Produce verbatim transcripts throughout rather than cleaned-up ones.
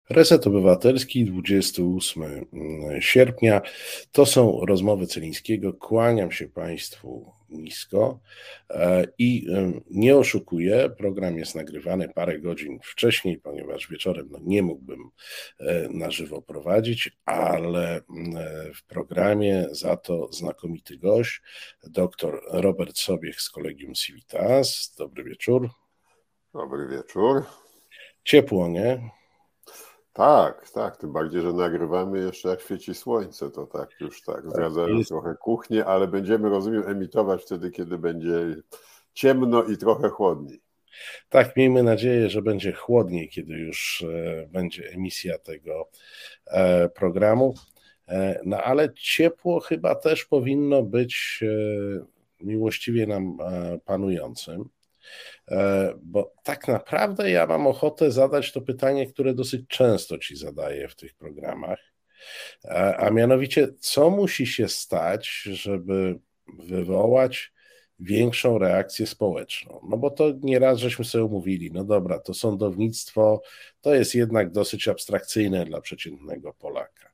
Reset Obywatelski, dwudziestego ósmego sierpnia. To są rozmowy Celińskiego. Kłaniam się Państwu nisko e, i e, nie oszukuję, program jest nagrywany parę godzin wcześniej, ponieważ wieczorem no, nie mógłbym e, na żywo prowadzić, ale e, w programie za to znakomity gość, dr Robert Sobiech z Collegium Civitas. Dobry wieczór. Dobry wieczór. Ciepło, nie? Tak, tak, tym bardziej, że nagrywamy jeszcze jak świeci słońce, to tak już tak, zdradzają jest. trochę kuchnię, ale będziemy, rozumiem, emitować wtedy, kiedy będzie ciemno i trochę chłodniej. Tak, miejmy nadzieję, że będzie chłodniej, kiedy już e, będzie emisja tego e, programu. E, no ale ciepło chyba też powinno być e, miłościwie nam e, panującym. E, bo tak naprawdę ja mam ochotę zadać to pytanie, które dosyć często ci zadaję w tych programach, a, a mianowicie, co musi się stać, żeby wywołać większą reakcję społeczną? No bo to nieraz żeśmy sobie mówili, no dobra, to sądownictwo to jest jednak dosyć abstrakcyjne dla przeciętnego Polaka.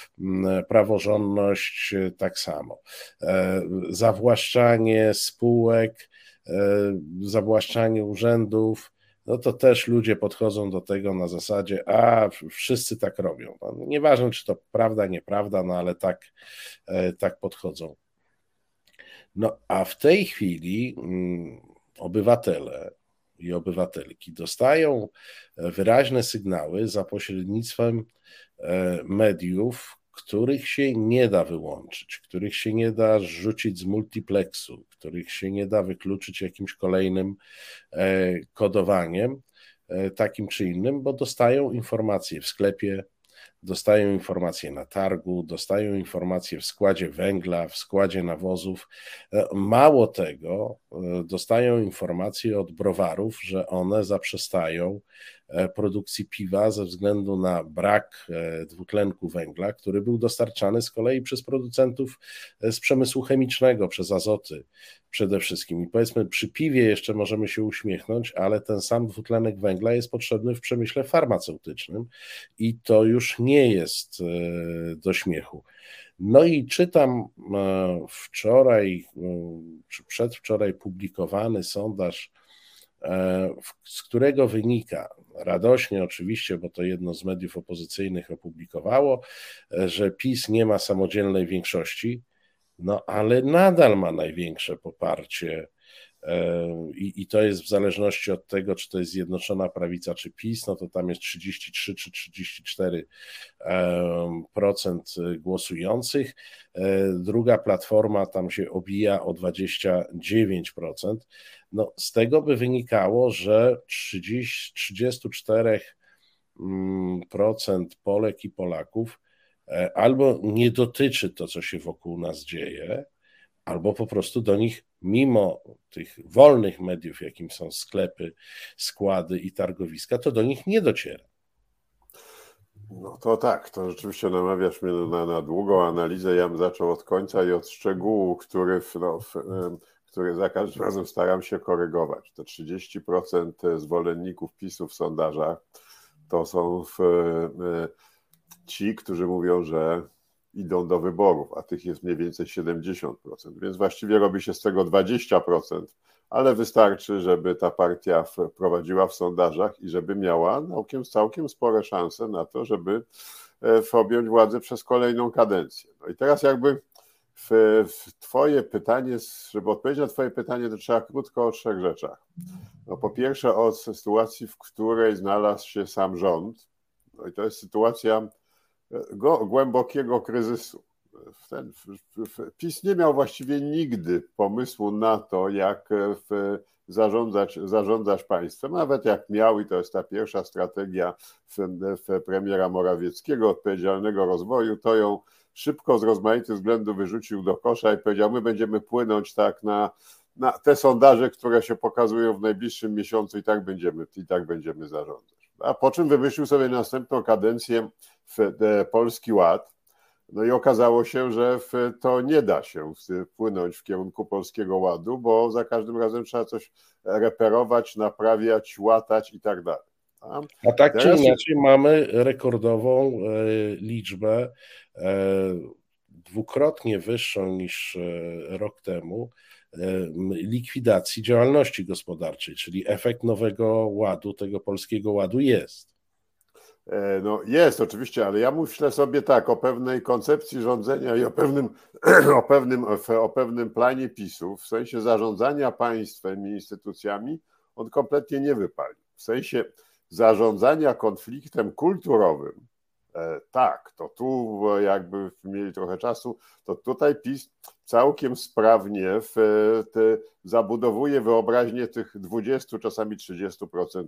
Praworządność tak samo. Zawłaszczanie spółek, zawłaszczanie urzędów, no to też ludzie podchodzą do tego na zasadzie, a wszyscy tak robią. No, nieważne, czy to prawda, nieprawda, no ale tak, tak podchodzą. No a w tej chwili mm, obywatele i obywatelki dostają wyraźne sygnały za pośrednictwem mediów, których się nie da wyłączyć, których się nie da rzucić z multiplexu, których się nie da wykluczyć jakimś kolejnym kodowaniem, takim czy innym, bo dostają informacje w sklepie, dostają informacje na targu, dostają informacje w składzie węgla, w składzie nawozów. Mało tego, dostają informacje od browarów, że one zaprzestają produkcji piwa ze względu na brak dwutlenku węgla, który był dostarczany z kolei przez producentów z przemysłu chemicznego, przez azoty przede wszystkim. I powiedzmy, przy piwie jeszcze możemy się uśmiechnąć, ale ten sam dwutlenek węgla jest potrzebny w przemyśle farmaceutycznym i to już nie jest do śmiechu. No i czytam wczoraj, czy przedwczoraj publikowany sondaż, z którego wynika, radośnie oczywiście, bo to jedno z mediów opozycyjnych opublikowało, że PiS nie ma samodzielnej większości, no ale nadal ma największe poparcie i, i to jest w zależności od tego, czy to jest Zjednoczona Prawica, czy PiS, no to tam jest trzydzieści trzy czy trzydzieści cztery procent głosujących. Druga Platforma tam się obija o dwadzieścia dziewięć procent. No, z tego by wynikało, że trzydzieści, trzydzieści cztery procent Polek i Polaków albo nie dotyczy to, co się wokół nas dzieje, albo po prostu do nich, mimo tych wolnych mediów, jakim są sklepy, składy i targowiska, to do nich nie dociera. No to tak, to rzeczywiście namawiasz mnie na, na długą analizę. Ja bym zaczął od końca i od szczegółu, który, no, który za każdym razem staram się korygować. Te trzydzieści procent zwolenników PiS-u w sondażach to są w, ci, którzy mówią, że idą do wyborów, a tych jest mniej więcej siedemdziesiąt procent, więc właściwie robi się z tego dwadzieścia procent, ale wystarczy, żeby ta partia wprowadziła w sondażach i żeby miała całkiem, całkiem spore szanse na to, żeby objąć władzę przez kolejną kadencję. No i teraz jakby w, w twoje pytanie, żeby odpowiedzieć na twoje pytanie, to trzeba krótko o trzech rzeczach. No po pierwsze o sytuacji, w której znalazł się sam rząd, no i to jest sytuacja głębokiego kryzysu. Ten, PiS nie miał właściwie nigdy pomysłu na to, jak w, zarządzać, zarządzać państwem, nawet jak miał, i to jest ta pierwsza strategia w, w premiera Morawieckiego, odpowiedzialnego rozwoju, to ją szybko z rozmaitych względów wyrzucił do kosza i powiedział, my będziemy płynąć tak na, na te sondaże, które się pokazują w najbliższym miesiącu i tak będziemy, i tak będziemy zarządzać. A po czym wymyślił sobie następną kadencję w Polski Ład. No i okazało się, że w to nie da się płynąć w kierunku Polskiego Ładu, bo za każdym razem trzeba coś reperować, naprawiać, łatać i tak dalej. A tak czy inaczej mamy rekordową liczbę, dwukrotnie wyższą niż rok temu, likwidacji działalności gospodarczej, czyli efekt Nowego Ładu, tego Polskiego Ładu jest. No jest oczywiście, ale ja myślę sobie tak o pewnej koncepcji rządzenia i o pewnym, o pewnym, o pewnym planie PiSu, w sensie zarządzania państwem i instytucjami, on kompletnie nie wypalił. W sensie zarządzania konfliktem kulturowym, tak, to tu jakby mieli trochę czasu, to tutaj PiS całkiem sprawnie w te, zabudowuje wyobraźnię tych dwudziestu, czasami trzydziestu procent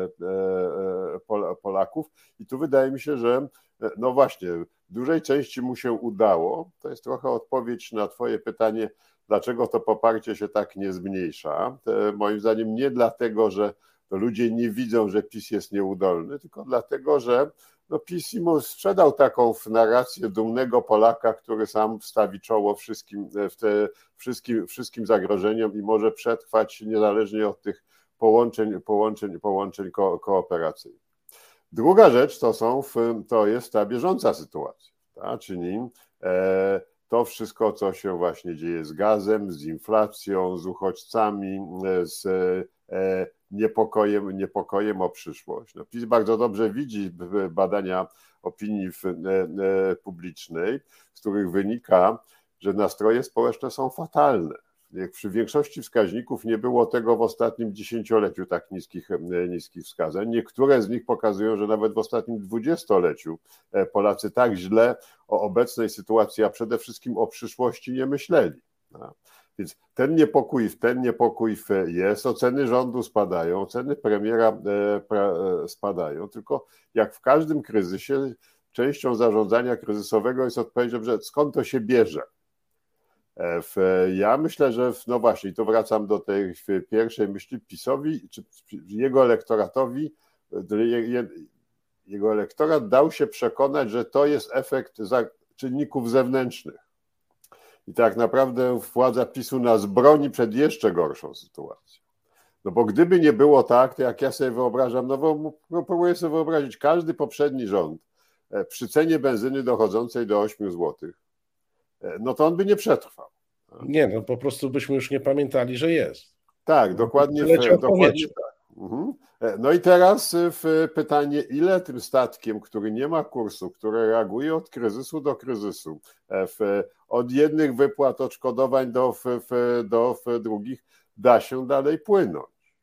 Polaków i tu wydaje mi się, że no właśnie, w dużej części mu się udało. To jest trochę odpowiedź na twoje pytanie, dlaczego to poparcie się tak nie zmniejsza. Moim zdaniem nie dlatego, że ludzie nie widzą, że PiS jest nieudolny, tylko dlatego, że no PiS mu sprzedał taką narrację dumnego Polaka, który sam stawi czoło wszystkim, w te, wszystkim, wszystkim zagrożeniom i może przetrwać niezależnie od tych połączeń, połączeń, połączeń ko, kooperacyjnych. Druga rzecz to, są, to jest ta bieżąca sytuacja, ta, czyli e, to wszystko, co się właśnie dzieje z gazem, z inflacją, z uchodźcami, z e, niepokojem, niepokojem o przyszłość. No, PiS bardzo dobrze widzi badania opinii publicznej, z których wynika, że nastroje społeczne są fatalne. Przy większości wskaźników nie było tego w ostatnim dziesięcioleciu tak niskich, niskich wskazań. Niektóre z nich pokazują, że nawet w ostatnim dwudziestoleciu Polacy tak źle o obecnej sytuacji, a przede wszystkim o przyszłości nie myśleli. Więc ten niepokój, ten niepokój jest, oceny rządu spadają, ceny premiera spadają, tylko jak w każdym kryzysie częścią zarządzania kryzysowego jest odpowiedź, że skąd to się bierze. Ja myślę, że no właśnie, tu wracam do tej pierwszej myśli, PiS-owi, czy jego elektoratowi, jego elektorat dał się przekonać, że to jest efekt czynników zewnętrznych. I tak naprawdę władza PiS-u nas broni przed jeszcze gorszą sytuacją. No bo gdyby nie było tak, to jak ja sobie wyobrażam, no próbuję sobie wyobrazić, każdy poprzedni rząd przy cenie benzyny dochodzącej do ośmiu złotych, no to on by nie przetrwał. Nie, no po prostu byśmy już nie pamiętali, że jest. Tak, dokładnie, w, dokładnie tak. Mhm. No i teraz pytanie, ile tym statkiem, który nie ma kursu, który reaguje od kryzysu do kryzysu, w, od jednych wypłat odszkodowań do, w, do w drugich, da się dalej płynąć.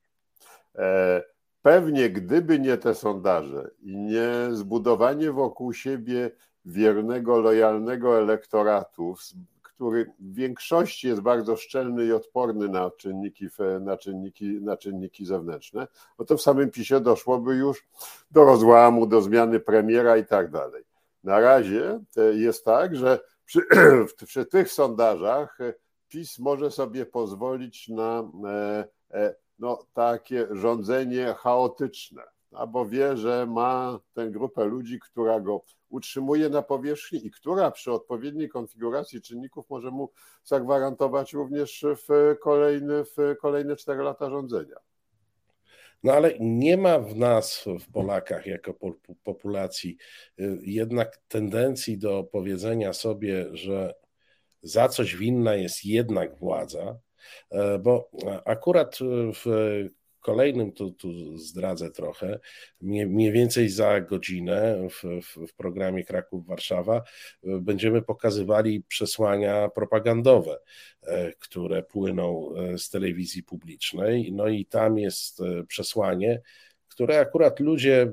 Pewnie gdyby nie te sondaże i nie zbudowanie wokół siebie wiernego, lojalnego elektoratu, który w większości jest bardzo szczelny i odporny na czynniki, na czynniki, na czynniki zewnętrzne, no to w samym PiSie doszłoby już do rozłamu, do zmiany premiera i tak dalej. Na razie jest tak, że przy, przy tych sondażach PiS może sobie pozwolić na no, takie rządzenie chaotyczne, albo wie, że ma tę grupę ludzi, która go utrzymuje na powierzchni i która przy odpowiedniej konfiguracji czynników może mu zagwarantować również w kolejne, w kolejne cztery lata rządzenia. No ale nie ma w nas, w Polakach jako populacji jednak tendencji do powiedzenia sobie, że za coś winna jest jednak władza, bo akurat w kolejnym, tu, tu zdradzę trochę, mniej więcej za godzinę w, w, w programie Kraków-Warszawa będziemy pokazywali przesłania propagandowe, które płyną z telewizji publicznej. No i tam jest przesłanie, które akurat ludzie,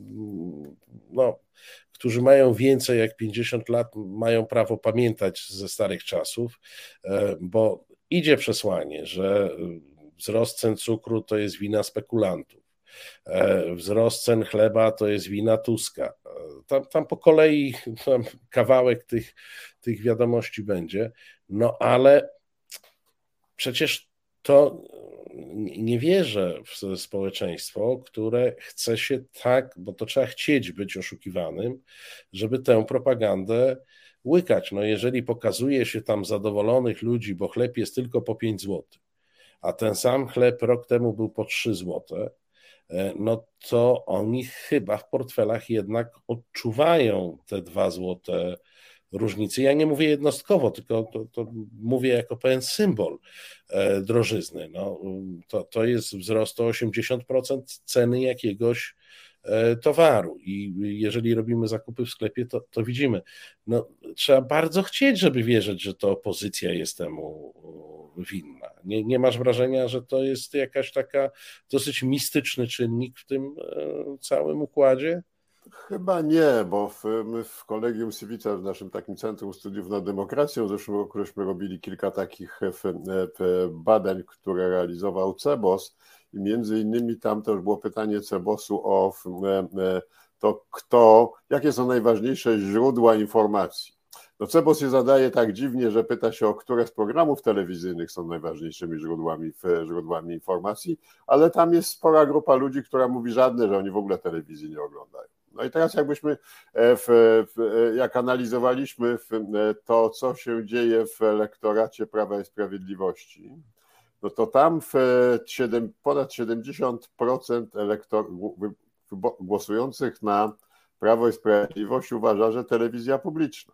no, którzy mają więcej jak pięćdziesiąt lat, mają prawo pamiętać ze starych czasów, bo idzie przesłanie, że wzrost cen cukru to jest wina spekulantów, wzrost cen chleba to jest wina Tuska. Tam, tam po kolei tam kawałek tych, tych wiadomości będzie, no ale przecież to nie wierzę w społeczeństwo, które chce się tak, bo to trzeba chcieć być oszukiwanym, żeby tę propagandę łykać. No jeżeli pokazuje się tam zadowolonych ludzi, bo chleb jest tylko po pięć złotych, a ten sam chleb rok temu był po trzy złote, no to oni chyba w portfelach jednak odczuwają te dwa złote różnicy. Ja nie mówię jednostkowo, tylko to, to mówię jako pewien symbol drożyzny. No, to, to jest wzrost o osiemdziesiąt procent ceny jakiegoś towaru i jeżeli robimy zakupy w sklepie, to, to widzimy. No, trzeba bardzo chcieć, żeby wierzyć, że to opozycja jest temu winna. Nie, nie masz wrażenia, że to jest jakaś taka dosyć mistyczny czynnik w tym całym układzie? Chyba nie, bo w, my w Collegium Civitas, w naszym takim Centrum Studiów nad Demokracją, w zeszłym roku żeśmy robili kilka takich badań, które realizował CEBOS i między innymi tam też było pytanie CEBOS-u o to, kto, jakie są najważniejsze źródła informacji. No CEBOS się zadaje tak dziwnie, że pyta się, o które z programów telewizyjnych są najważniejszymi źródłami, źródłami informacji, ale tam jest spora grupa ludzi, która mówi żadne, że oni w ogóle telewizji nie oglądają. No i teraz jakbyśmy, w, w, jak analizowaliśmy to, co się dzieje w elektoracie Prawa i Sprawiedliwości, no to tam w siedem, ponad siedemdziesiąt procent elektor, głosujących na Prawo i Sprawiedliwość uważa, że telewizja publiczna.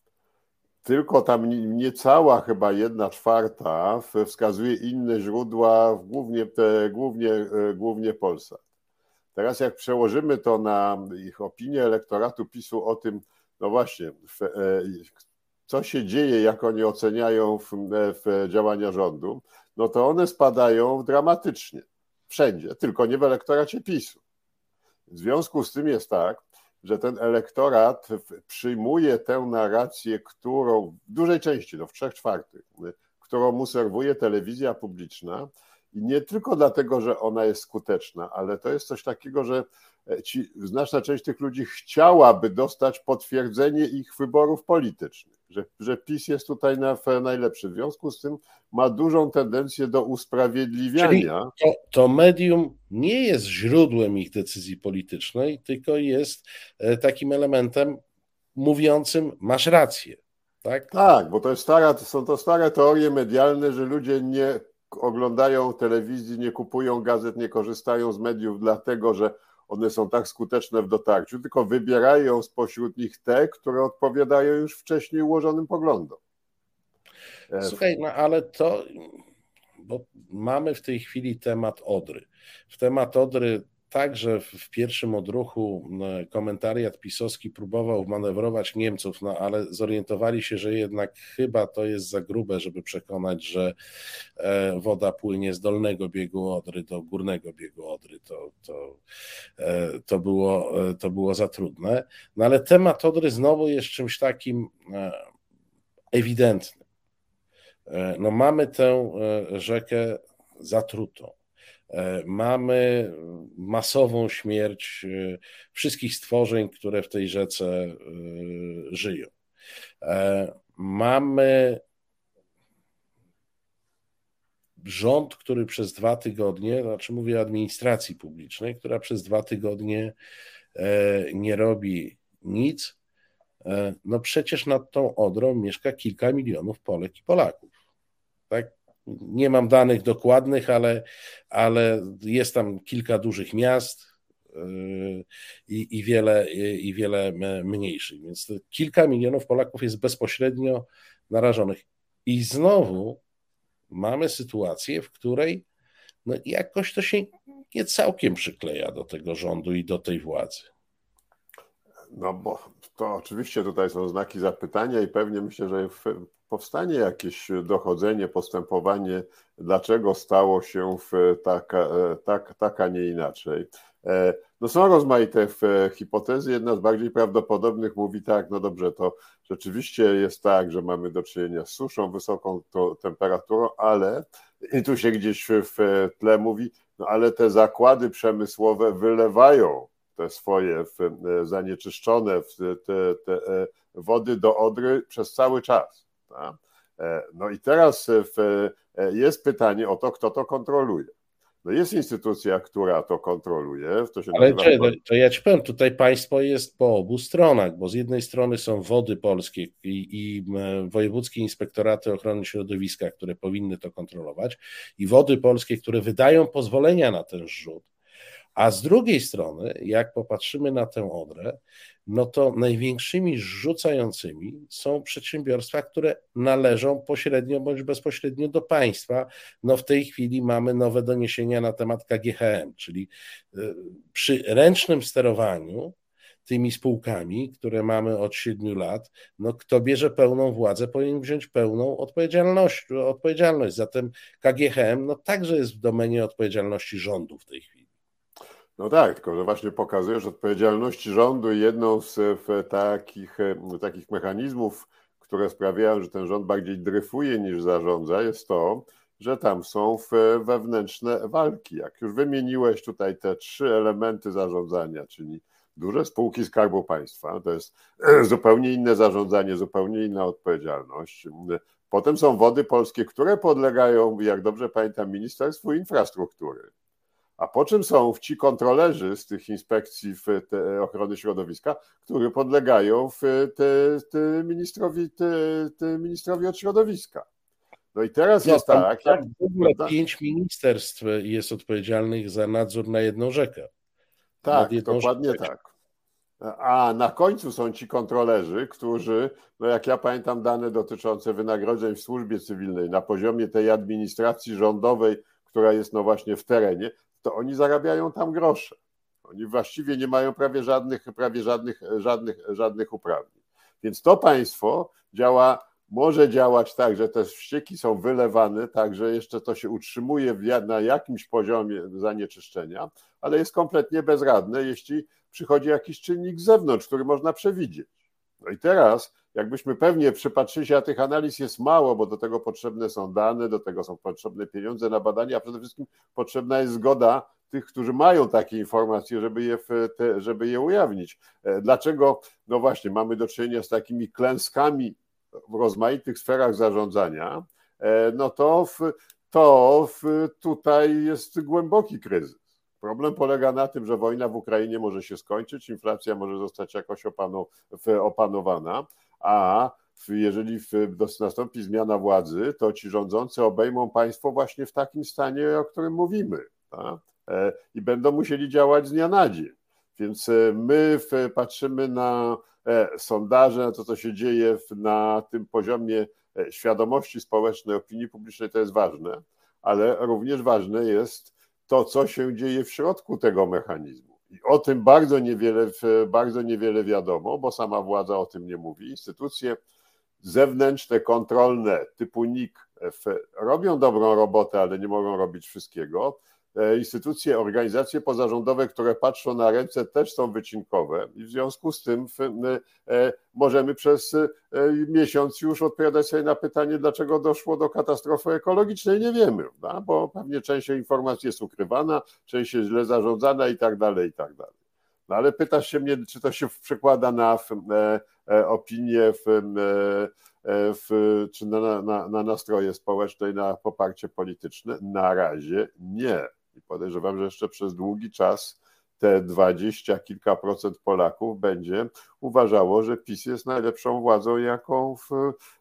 Tylko tam niecała chyba jedna czwarta wskazuje inne źródła, głównie, te, głównie, głównie Polsat. Teraz jak przełożymy to na ich opinię elektoratu PiSu o tym, no właśnie, w, co się dzieje, jak oni oceniają w, w działania rządu, no to one spadają dramatycznie. Wszędzie, tylko nie w elektoracie PiSu. W związku z tym jest tak, że ten elektorat przyjmuje tę narrację, którą w dużej części, no w trzech czwartych, którą mu serwuje telewizja publiczna i nie tylko dlatego, że ona jest skuteczna, ale to jest coś takiego, że ci, znaczna część tych ludzi chciałaby dostać potwierdzenie ich wyborów politycznych, że, że PiS jest tutaj na, najlepszy. W związku z tym ma dużą tendencję do usprawiedliwiania. Czyli to, to medium nie jest źródłem ich decyzji politycznej, tylko jest takim elementem mówiącym, masz rację. Tak, tak, bo to jest stara, są to stare teorie medialne, że ludzie nie oglądają telewizji, nie kupują gazet, nie korzystają z mediów dlatego, że one są tak skuteczne w dotarciu, tylko wybierają spośród nich te, które odpowiadają już wcześniej ułożonym poglądom. Słuchaj, no ale to, bo mamy w tej chwili temat Odry. W temat Odry także w pierwszym odruchu komentariat pisowski próbował manewrować Niemców, no ale zorientowali się, że jednak chyba to jest za grube, żeby przekonać, że woda płynie z dolnego biegu Odry do górnego biegu Odry. To, to, to, było, to było za trudne. No ale temat Odry znowu jest czymś takim ewidentnym. No mamy tę rzekę zatrutą. Mamy masową śmierć wszystkich stworzeń, które w tej rzece żyją. Mamy rząd, który przez dwa tygodnie, znaczy mówię o administracji publicznej, która przez dwa tygodnie nie robi nic. No przecież nad tą Odrą mieszka kilka milionów Polek i Polaków. Tak? Nie mam danych dokładnych, ale, ale jest tam kilka dużych miast i, i, wiele, i wiele mniejszych. Więc kilka milionów Polaków jest bezpośrednio narażonych. I znowu mamy sytuację, w której no jakoś to się nie całkiem przykleja do tego rządu i do tej władzy. No bo to oczywiście tutaj są znaki zapytania i pewnie myślę, że powstanie jakieś dochodzenie, postępowanie, dlaczego stało się tak, tak, tak, a nie inaczej. No są rozmaite hipotezy, jedna z bardziej prawdopodobnych mówi tak, no dobrze, to rzeczywiście jest tak, że mamy do czynienia z suszą, wysoką temperaturą, ale i tu się gdzieś w tle mówi, no ale te zakłady przemysłowe wylewają te swoje zanieczyszczone te, te wody do Odry przez cały czas. Tak? No i teraz jest pytanie o to, kto to kontroluje. No jest instytucja, która to kontroluje. To się Ale nazywa... to, to ja ci powiem, tutaj państwo jest po obu stronach, bo z jednej strony są Wody Polskie i, i wojewódzkie inspektoraty ochrony środowiska, które powinny to kontrolować, i Wody Polskie, które wydają pozwolenia na ten zrzut. A z drugiej strony, jak popatrzymy na tę Odrę, no to największymi rzucającymi są przedsiębiorstwa, które należą pośrednio bądź bezpośrednio do państwa. No w tej chwili mamy nowe doniesienia na temat K G H M, czyli przy ręcznym sterowaniu tymi spółkami, które mamy od siedmiu lat, no kto bierze pełną władzę, powinien wziąć pełną odpowiedzialność, odpowiedzialność. Zatem K G H M no także jest w domenie odpowiedzialności rządu w tej chwili. No tak, tylko że właśnie pokazujesz odpowiedzialności rządu i jedną z takich, takich mechanizmów, które sprawiają, że ten rząd bardziej dryfuje niż zarządza, jest to, że tam są wewnętrzne walki. Jak już wymieniłeś tutaj te trzy elementy zarządzania, czyli duże spółki Skarbu Państwa, to jest zupełnie inne zarządzanie, zupełnie inna odpowiedzialność. Potem są Wody Polskie, które podlegają, jak dobrze pamiętam, Ministerstwu Infrastruktury. A po czym są ci kontrolerzy z tych inspekcji w te ochrony środowiska, które podlegają w te, te ministrowi, te, te ministrowi od środowiska. No i teraz no, jest tam, tak... Jak, w ogóle pięć ministerstw jest odpowiedzialnych za nadzór na jedną rzekę. Tak, dokładnie rzekę. Tak. A na końcu są ci kontrolerzy, którzy, no jak ja pamiętam dane dotyczące wynagrodzeń w służbie cywilnej na poziomie tej administracji rządowej, która jest no właśnie w terenie, to oni zarabiają tam grosze. Oni właściwie nie mają prawie żadnych, prawie żadnych, żadnych, żadnych uprawnień. Więc to państwo działa, może działać tak, że te ścieki są wylewane, tak, że jeszcze to się utrzymuje na jakimś poziomie zanieczyszczenia, ale jest kompletnie bezradne, jeśli przychodzi jakiś czynnik z zewnątrz, który można przewidzieć. No i teraz, jakbyśmy pewnie przypatrzyli się, a tych analiz jest mało, bo do tego potrzebne są dane, do tego są potrzebne pieniądze na badania, a przede wszystkim potrzebna jest zgoda tych, którzy mają takie informacje, żeby je, te, żeby je ujawnić. Dlaczego? No właśnie, mamy do czynienia z takimi klęskami w rozmaitych sferach zarządzania, no to, w, to w, tutaj jest głęboki kryzys. Problem polega na tym, że wojna w Ukrainie może się skończyć, inflacja może zostać jakoś opanowana, a jeżeli nastąpi zmiana władzy, to ci rządzący obejmą państwo właśnie w takim stanie, o którym mówimy, tak? I będą musieli działać z dnia na dzień. Więc my patrzymy na sondaże, na to, co się dzieje na tym poziomie świadomości społecznej, opinii publicznej, to jest ważne, ale również ważne jest to, co się dzieje w środku tego mechanizmu. I o tym bardzo niewiele, bardzo niewiele wiadomo, bo sama władza o tym nie mówi. Instytucje zewnętrzne, kontrolne typu N I K robią dobrą robotę, ale nie mogą robić wszystkiego. Instytucje, organizacje pozarządowe, które patrzą na ręce, też są wycinkowe i w związku z tym możemy przez miesiąc już odpowiadać sobie na pytanie, dlaczego doszło do katastrofy ekologicznej, nie wiemy, no, bo pewnie część informacji jest ukrywana, część jest źle zarządzana i tak dalej, i tak dalej. No ale pytasz się mnie, czy to się przekłada na opinię, w, w, czy na, na, na nastroje społeczne i na poparcie polityczne? Na razie nie. I podejrzewam, że jeszcze przez długi czas te dwadzieścia kilka procent Polaków będzie uważało, że PiS jest najlepszą władzą, jaką w,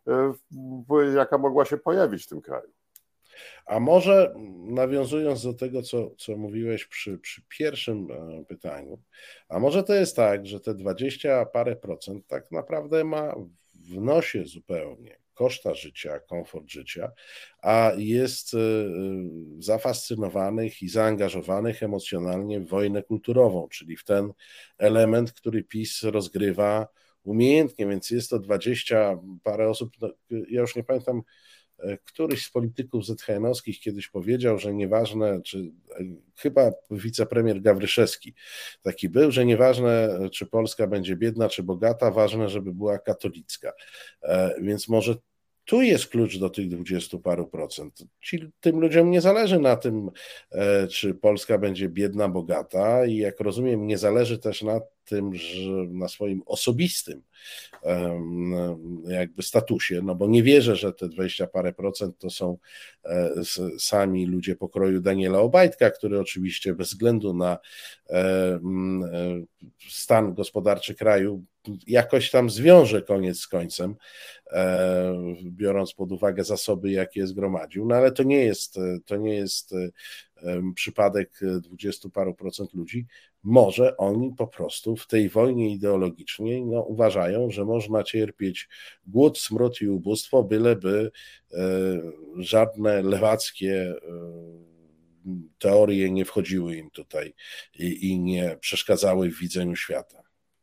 w, jaka mogła się pojawić w tym kraju. A może nawiązując do tego, co, co mówiłeś przy, przy pierwszym pytaniu, a może to jest tak, że te dwadzieścia parę procent tak naprawdę ma w nosie zupełnie koszta życia, komfort życia, a jest zafascynowanych i zaangażowanych emocjonalnie w wojnę kulturową, czyli w ten element, który PiS rozgrywa umiejętnie, więc jest to dwadzieścia parę osób, no, ja już nie pamiętam, któryś z polityków zet ha enowskich kiedyś powiedział, że nieważne, czy chyba wicepremier Gawryszewski taki był, że nieważne, czy Polska będzie biedna, czy bogata, ważne, żeby była katolicka. Więc może tu jest klucz do tych dwudziestu paru procent. Ci, tym ludziom nie zależy na tym, czy Polska będzie biedna, bogata i jak rozumiem, nie zależy też na tym, że na swoim osobistym jakby statusie, no bo nie wierzę, że te dwadzieścia parę procent to są sami ludzie pokroju Daniela Obajtka, który oczywiście bez względu na stan gospodarczy kraju jakoś tam zwiąże koniec z końcem, biorąc pod uwagę zasoby, jakie zgromadził, no ale to nie jest, to nie jest przypadek dwudziestu paru procent ludzi, może oni po prostu w tej wojnie ideologicznej no, uważają, że można cierpieć głód, smród i ubóstwo, byleby żadne lewackie teorie nie wchodziły im tutaj i, i nie przeszkadzały w widzeniu świata.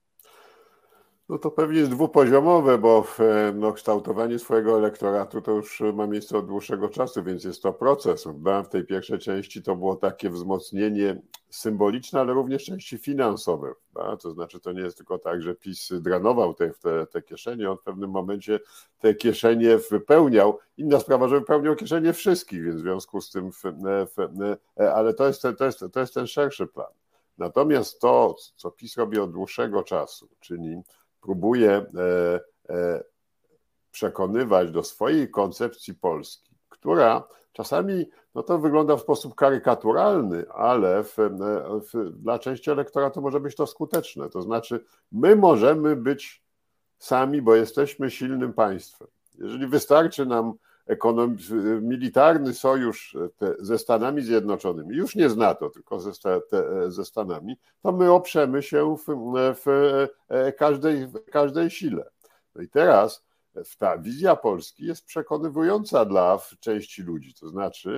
No to pewnie jest dwupoziomowe, bo no, kształtowanie swojego elektoratu to już ma miejsce od dłuższego czasu, więc jest to proces. W tej pierwszej części to było takie wzmocnienie symboliczne, ale również części finansowe. Tak? To znaczy to nie jest tylko tak, że PiS drenował te, te, te kieszenie, on w pewnym momencie te kieszenie wypełniał. Inna sprawa, że wypełniał kieszenie wszystkich, więc w związku z tym, ale to jest, to jest, to jest ten szerszy plan. Natomiast to, co PiS robi od dłuższego czasu, czyli próbuje e, e, przekonywać do swojej koncepcji Polski, która czasami, no to wygląda w sposób karykaturalny, ale w, w, dla części elektoratu może być to skuteczne. To znaczy, my możemy być sami, bo jesteśmy silnym państwem. Jeżeli wystarczy nam ekonom, militarny sojusz te, ze Stanami Zjednoczonymi, już nie z NATO, tylko ze, te, ze Stanami, to my oprzemy się w, w każdej, w każdej sile. No i teraz ta wizja Polski jest przekonywująca dla części ludzi, to znaczy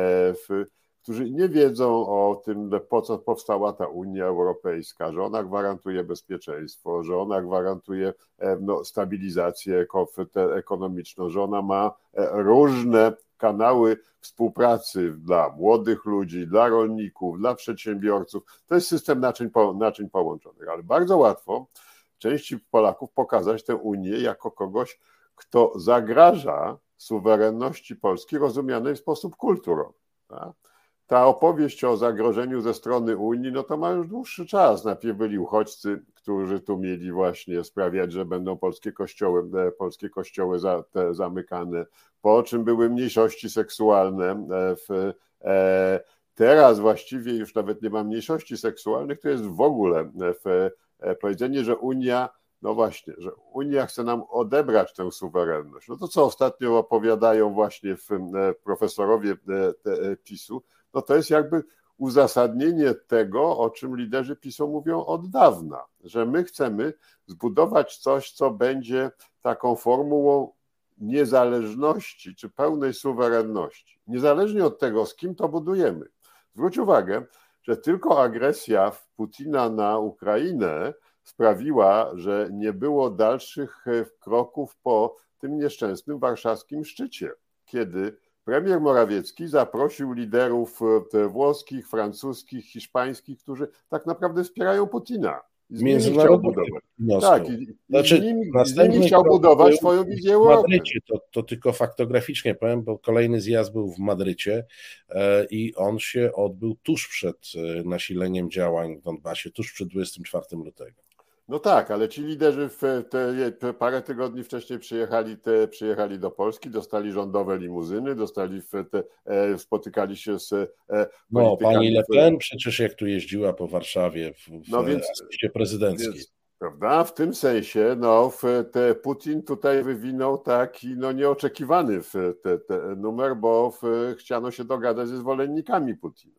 w, którzy nie wiedzą o tym, po co powstała ta Unia Europejska, że ona gwarantuje bezpieczeństwo, że ona gwarantuje no, stabilizację ekonomiczną, że ona ma różne kanały współpracy dla młodych ludzi, dla rolników, dla przedsiębiorców. To jest system naczyń, naczyń połączonych, ale bardzo łatwo części Polaków pokazać tę Unię jako kogoś, kto zagraża suwerenności Polski rozumianej w sposób kulturowy. Tak? Ta opowieść o zagrożeniu ze strony Unii, no to ma już dłuższy czas. Najpierw byli uchodźcy, którzy tu mieli właśnie sprawiać, że będą polskie kościoły, polskie kościoły za, te zamykane, po czym były mniejszości seksualne. W, e, teraz właściwie już nawet nie ma mniejszości seksualnych, to jest w ogóle w, e, powiedzenie, że Unia, no właśnie, że Unia chce nam odebrać tę suwerenność. No to co ostatnio opowiadają właśnie w, e, profesorowie e, te, PiSu, no to jest jakby uzasadnienie tego, o czym liderzy PiSu mówią od dawna, że my chcemy zbudować coś, co będzie taką formułą niezależności czy pełnej suwerenności. Niezależnie od tego, z kim to budujemy. Zwróć uwagę, że tylko agresja Putina na Ukrainę sprawiła, że nie było dalszych kroków po tym nieszczęsnym warszawskim szczycie, kiedy premier Morawiecki zaprosił liderów włoskich, francuskich, hiszpańskich, którzy tak naprawdę wspierają Putina. I z nimi chciał budować. Tak, i, znaczy, i z nimi, z nimi chciał budować swoją wizję Europy. W Madrycie, to, to tylko faktograficznie powiem, bo kolejny zjazd był w Madrycie e, i on się odbył tuż przed nasileniem działań w Donbasie, tuż przed dwudziestego czwartego lutego. No tak, ale ci liderzy w te, te parę tygodni wcześniej przyjechali, te, przyjechali do Polski, dostali rządowe limuzyny, dostali w te, e, spotykali się z e, No, pani Le Pen przecież jak tu jeździła po Warszawie w, w no więc, asyście prezydenckiej. Więc, prawda? W tym sensie no, w te Putin tutaj wywinął taki no, nieoczekiwany w te, te numer, bo w, chciano się dogadać ze zwolennikami Putina.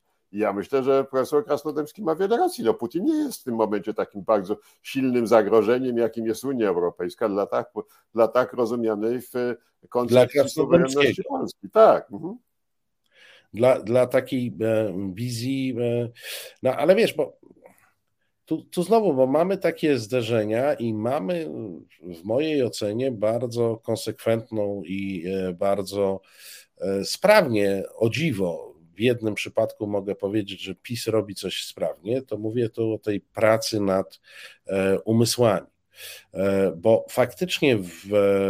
Ja myślę, że profesor Krasnodębski ma wiele racji. No, Putin nie jest w tym momencie takim bardzo silnym zagrożeniem, jakim jest Unia Europejska dla tak, dla tak rozumianej w koncepcji suwerenności Polski. Tak. Mhm. Dla, dla takiej e, wizji, e, no ale wiesz, bo tu, tu znowu, bo mamy takie zderzenia i mamy w mojej ocenie bardzo konsekwentną i e, bardzo e, sprawnie, o dziwo, w jednym przypadku mogę powiedzieć, że PiS robi coś sprawnie, to mówię tu o tej pracy nad e, umysłami, e, bo faktycznie w,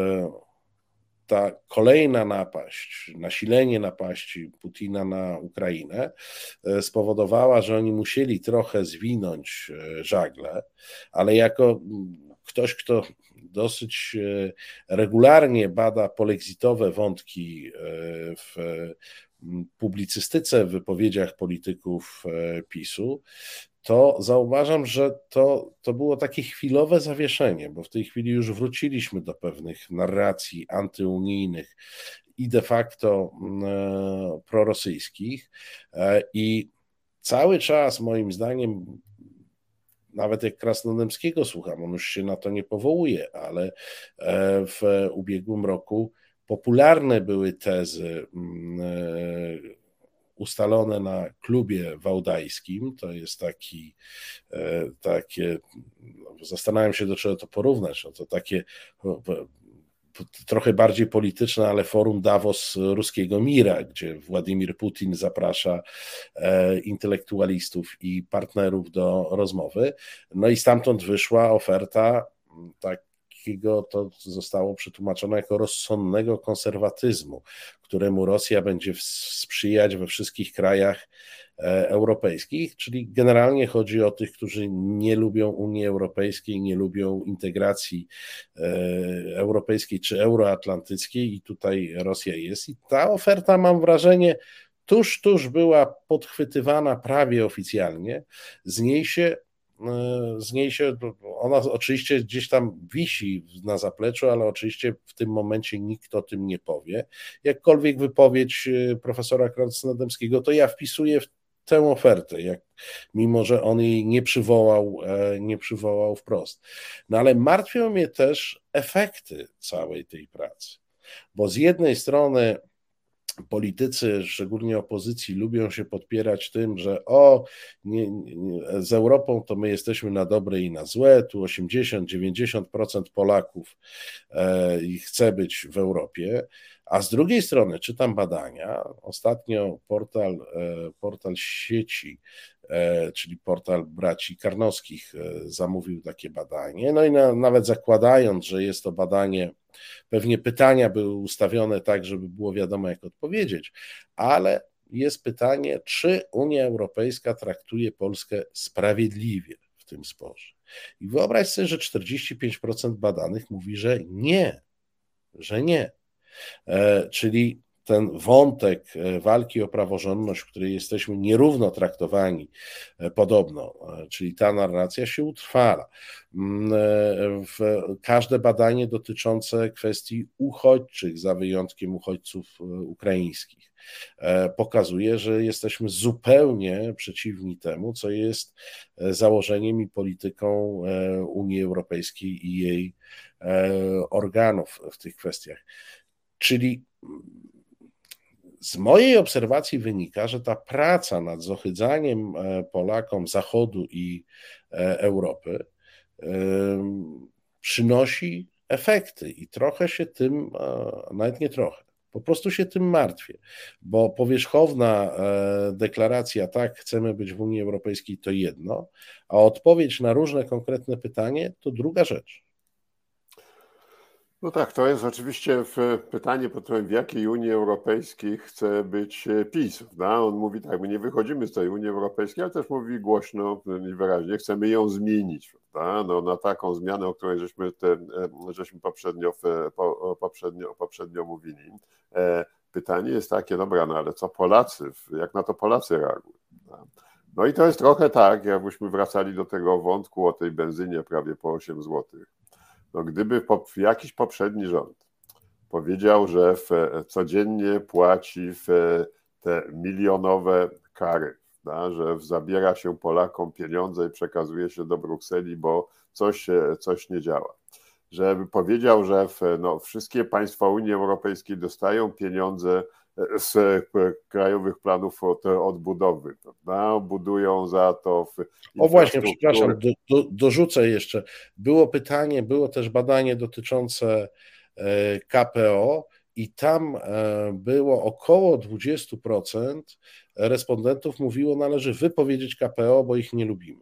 ta kolejna napaść, nasilenie napaści Putina na Ukrainę e, spowodowała, że oni musieli trochę zwinąć e, żagle, ale jako ktoś, kto dosyć regularnie bada polexitowe wątki w publicystyce, w wypowiedziach polityków PiSu, to zauważam, że to, to było takie chwilowe zawieszenie, bo w tej chwili już wróciliśmy do pewnych narracji antyunijnych i de facto prorosyjskich. I cały czas moim zdaniem, nawet jak Krasnodębskiego słucham, on już się na to nie powołuje, ale w ubiegłym roku popularne były tezy ustalone na klubie wałdajskim. To jest taki, takie, zastanawiam się, do czego to porównać, no to takie trochę bardziej polityczne, ale forum Davos ruskiego mira, gdzie Władimir Putin zaprasza intelektualistów i partnerów do rozmowy. No i stamtąd wyszła oferta takiego, to zostało przetłumaczone jako rozsądnego konserwatyzmu, któremu Rosja będzie sprzyjać we wszystkich krajach europejskich, czyli generalnie chodzi o tych, którzy nie lubią Unii Europejskiej, nie lubią integracji europejskiej czy euroatlantyckiej i tutaj Rosja jest. I ta oferta, mam wrażenie, tuż, tuż była podchwytywana prawie oficjalnie. Z niej się Z niej się, ona oczywiście gdzieś tam wisi na zapleczu, ale oczywiście w tym momencie nikt o tym nie powie. Jakkolwiek wypowiedź profesora Krasnodębskiego, to ja wpisuję w tę ofertę, jak, mimo że on jej nie przywołał, nie przywołał wprost. No ale martwią mnie też efekty całej tej pracy, bo z jednej strony politycy, szczególnie opozycji, lubią się podpierać tym, że o, nie, nie, z Europą to my jesteśmy na dobre i na złe, tu osiemdziesiąt do dziewięćdziesięciu procent Polaków e, chce być w Europie, a z drugiej strony czytam badania, ostatnio portal, e, portal sieci, e, czyli portal braci Karnowskich e, zamówił takie badanie, no i na, nawet zakładając, że jest to badanie, pewnie pytania były ustawione tak, żeby było wiadomo, jak odpowiedzieć, ale jest pytanie, czy Unia Europejska traktuje Polskę sprawiedliwie w tym sporze. I wyobraź sobie, że czterdzieści pięć procent badanych mówi, że nie, że nie. E, czyli ten wątek walki o praworządność, w której jesteśmy nierówno traktowani podobno, czyli ta narracja się utrwala. Każde badanie dotyczące kwestii uchodźczych, za wyjątkiem uchodźców ukraińskich, pokazuje, że jesteśmy zupełnie przeciwni temu, co jest założeniem i polityką Unii Europejskiej i jej organów w tych kwestiach. Czyli z mojej obserwacji wynika, że ta praca nad zohydzaniem Polakom Zachodu i Europy przynosi efekty i trochę się tym, nawet nie trochę, po prostu się tym martwię, bo powierzchowna deklaracja, tak, chcemy być w Unii Europejskiej, to jedno, a odpowiedź na różne konkretne pytanie to druga rzecz. No tak, to jest oczywiście pytanie pod tytułem, w jakiej Unii Europejskiej chce być PiS. Prawda? On mówi tak, my nie wychodzimy z tej Unii Europejskiej, ale też mówi głośno i wyraźnie, chcemy ją zmienić. Prawda? No, na taką zmianę, o której żeśmy, te, żeśmy poprzednio, poprzednio, poprzednio mówili. Pytanie jest takie, dobra, no ale co Polacy, jak na to Polacy reagują? Prawda? No i to jest trochę tak, jakbyśmy wracali do tego wątku o tej benzynie prawie po osiem złotych. No, gdyby jakiś poprzedni rząd powiedział, że w, codziennie płaci w te milionowe kary, da, że zabiera się Polakom pieniądze i przekazuje się do Brukseli, bo coś, coś nie działa. Żeby powiedział, że w, no, wszystkie państwa Unii Europejskiej dostają pieniądze z krajowych planów od, odbudowy, prawda? Budują za to. W o właśnie, przepraszam, do, do, dorzucę jeszcze. Było pytanie, było też badanie dotyczące K P O i tam było około dwadzieścia procent respondentów mówiło, należy wypowiedzieć K P O, bo ich nie lubimy.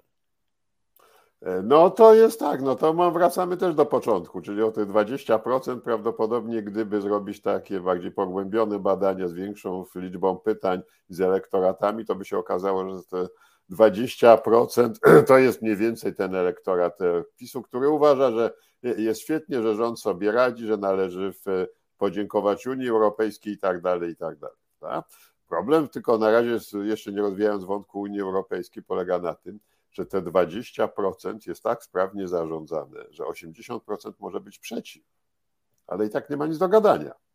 No to jest tak, no to wracamy też do początku, czyli o te dwadzieścia procent prawdopodobnie, gdyby zrobić takie bardziej pogłębione badania z większą liczbą pytań, z elektoratami, to by się okazało, że te dwadzieścia procent to jest mniej więcej ten elektorat PiS-u, który uważa, że jest świetnie, że rząd sobie radzi, że należy podziękować Unii Europejskiej i tak dalej, i tak dalej. Tak? Problem tylko na razie, jeszcze nie rozwijając wątku Unii Europejskiej, polega na tym, że te dwadzieścia procent jest tak sprawnie zarządzane, że osiemdziesiąt procent może być przeciw, ale i tak nie ma nic do gadania.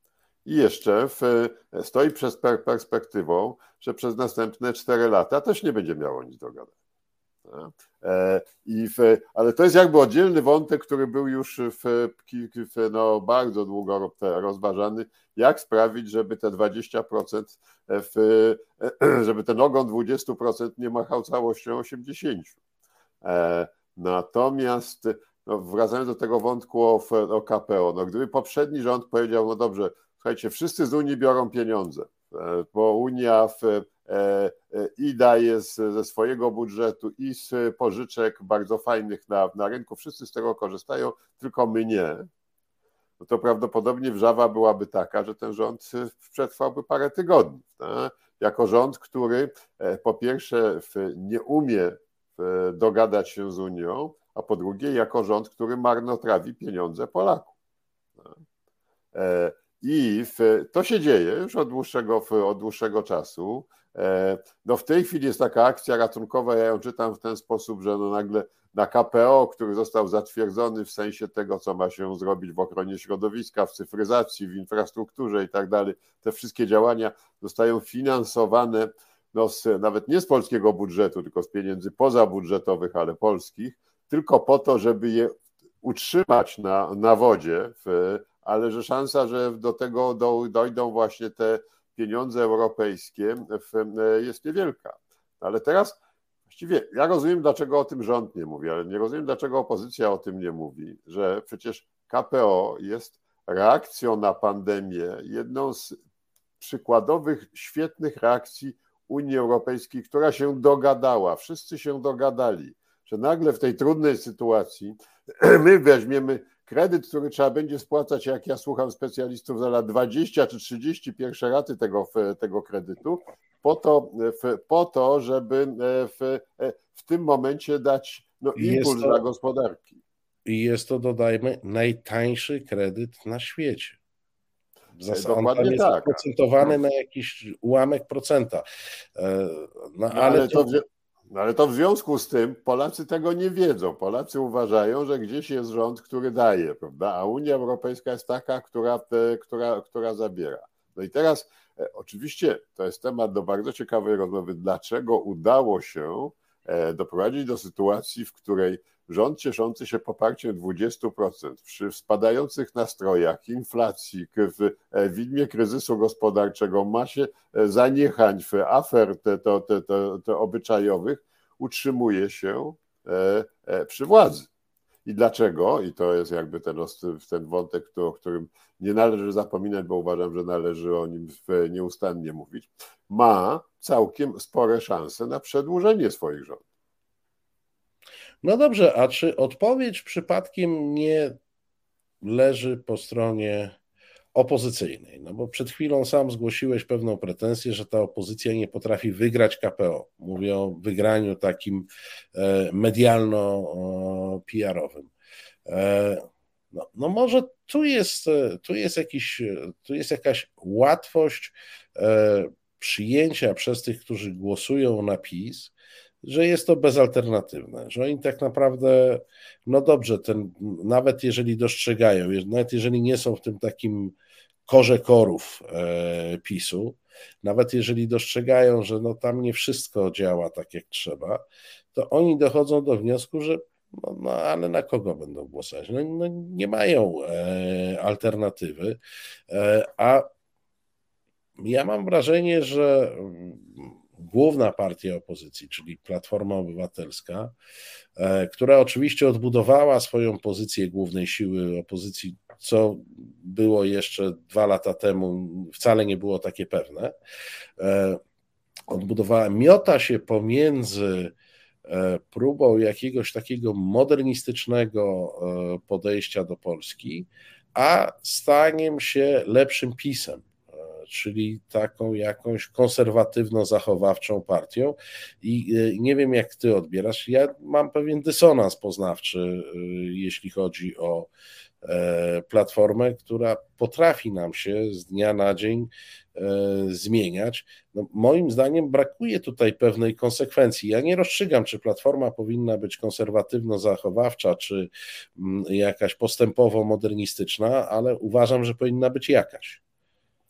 i jeszcze w, stoi przed perspektywą, że przez następne cztery lata też nie będzie miało nic do gadania. I w, ale to jest jakby oddzielny wątek, który był już w, w, no, bardzo długo rozważany, jak sprawić, żeby te dwadzieścia procent, w, żeby ten ogon dwadzieścia procent nie machał całością osiemdziesiąt procent. Natomiast no, wracając do tego wątku o, o K P O, no, gdyby poprzedni rząd powiedział, no dobrze, słuchajcie, wszyscy z Unii biorą pieniądze, bo Unia w, i daje z, ze swojego budżetu i z pożyczek bardzo fajnych na, na rynku, wszyscy z tego korzystają, tylko my nie, no to prawdopodobnie wrzawa byłaby taka, że ten rząd przetrwałby parę tygodni. Tak? Jako rząd, który po pierwsze nie umie dogadać się z Unią, a po drugie jako rząd, który marnotrawi pieniądze Polaków. I w, to się dzieje już od dłuższego, od dłuższego czasu. No w tej chwili jest taka akcja ratunkowa, ja ją czytam w ten sposób, że no nagle na K P O, który został zatwierdzony w sensie tego, co ma się zrobić w ochronie środowiska, w cyfryzacji, w infrastrukturze i tak dalej, te wszystkie działania zostają finansowane no z, nawet nie z polskiego budżetu, tylko z pieniędzy pozabudżetowych, ale polskich, tylko po to, żeby je utrzymać na, na wodzie, w, ale że szansa, że do tego do, dojdą właśnie te pieniądze europejskie w, jest niewielka. Ale teraz właściwie ja rozumiem, dlaczego o tym rząd nie mówi, ale nie rozumiem, dlaczego opozycja o tym nie mówi, że przecież K P O jest reakcją na pandemię, jedną z przykładowych, świetnych reakcji Unii Europejskiej, która się dogadała, wszyscy się dogadali, że nagle w tej trudnej sytuacji my weźmiemy kredyt, który trzeba będzie spłacać, jak ja słucham specjalistów, za lat dwadzieścia czy trzydzieści pierwsze raty tego, tego kredytu, po to, po to żeby w, w tym momencie dać no, impuls to, dla gospodarki. I jest to, dodajmy, najtańszy kredyt na świecie. W zasadzie Dokładnie on jest tak. procentowany na jakiś ułamek procenta. No, ale, ale to... No ale to w związku z tym Polacy tego nie wiedzą. Polacy uważają, że gdzieś jest rząd, który daje, prawda? A Unia Europejska jest taka, która, która, która zabiera. No i teraz e, oczywiście to jest temat do bardzo ciekawej rozmowy, dlaczego udało się e, doprowadzić do sytuacji, w której rząd cieszący się poparciem dwadzieścia procent przy spadających nastrojach, inflacji, w widmie kryzysu gospodarczego, masie zaniechań, w afer te, te, te, te, te obyczajowych, utrzymuje się przy władzy. I dlaczego? I to jest jakby ten, ten wątek, o którym nie należy zapominać, bo uważam, że należy o nim nieustannie mówić. Ma całkiem spore szanse na przedłużenie swoich rządów. No dobrze, a czy odpowiedź przypadkiem nie leży po stronie opozycyjnej? No bo przed chwilą sam zgłosiłeś pewną pretensję, że ta opozycja nie potrafi wygrać K P O. Mówię o wygraniu takim medialno-P R-owym. No, no może tu jest, tu jest jakiś, tu jest jakaś łatwość przyjęcia przez tych, którzy głosują na PiS, że jest to bezalternatywne, że oni tak naprawdę, no dobrze, ten, nawet jeżeli dostrzegają, nawet jeżeli nie są w tym takim korze korów e, PiSu, nawet jeżeli dostrzegają, że no tam nie wszystko działa tak jak trzeba, to oni dochodzą do wniosku, że no, no ale na kogo będą głosować? No, no nie mają e, alternatywy, e, a ja mam wrażenie, że główna partia opozycji, czyli Platforma Obywatelska, która oczywiście odbudowała swoją pozycję głównej siły opozycji, co było jeszcze dwa lata temu, wcale nie było takie pewne, odbudowała, miota się pomiędzy próbą jakiegoś takiego modernistycznego podejścia do Polski, a staniem się lepszym PiS-em, czyli taką jakąś konserwatywno-zachowawczą partią i nie wiem, jak ty odbierasz. Ja mam pewien dysonans poznawczy, jeśli chodzi o Platformę, która potrafi nam się z dnia na dzień zmieniać. No, moim zdaniem brakuje tutaj pewnej konsekwencji. Ja nie rozstrzygam, czy Platforma powinna być konserwatywno-zachowawcza, czy jakaś postępowo-modernistyczna, ale uważam, że powinna być jakaś.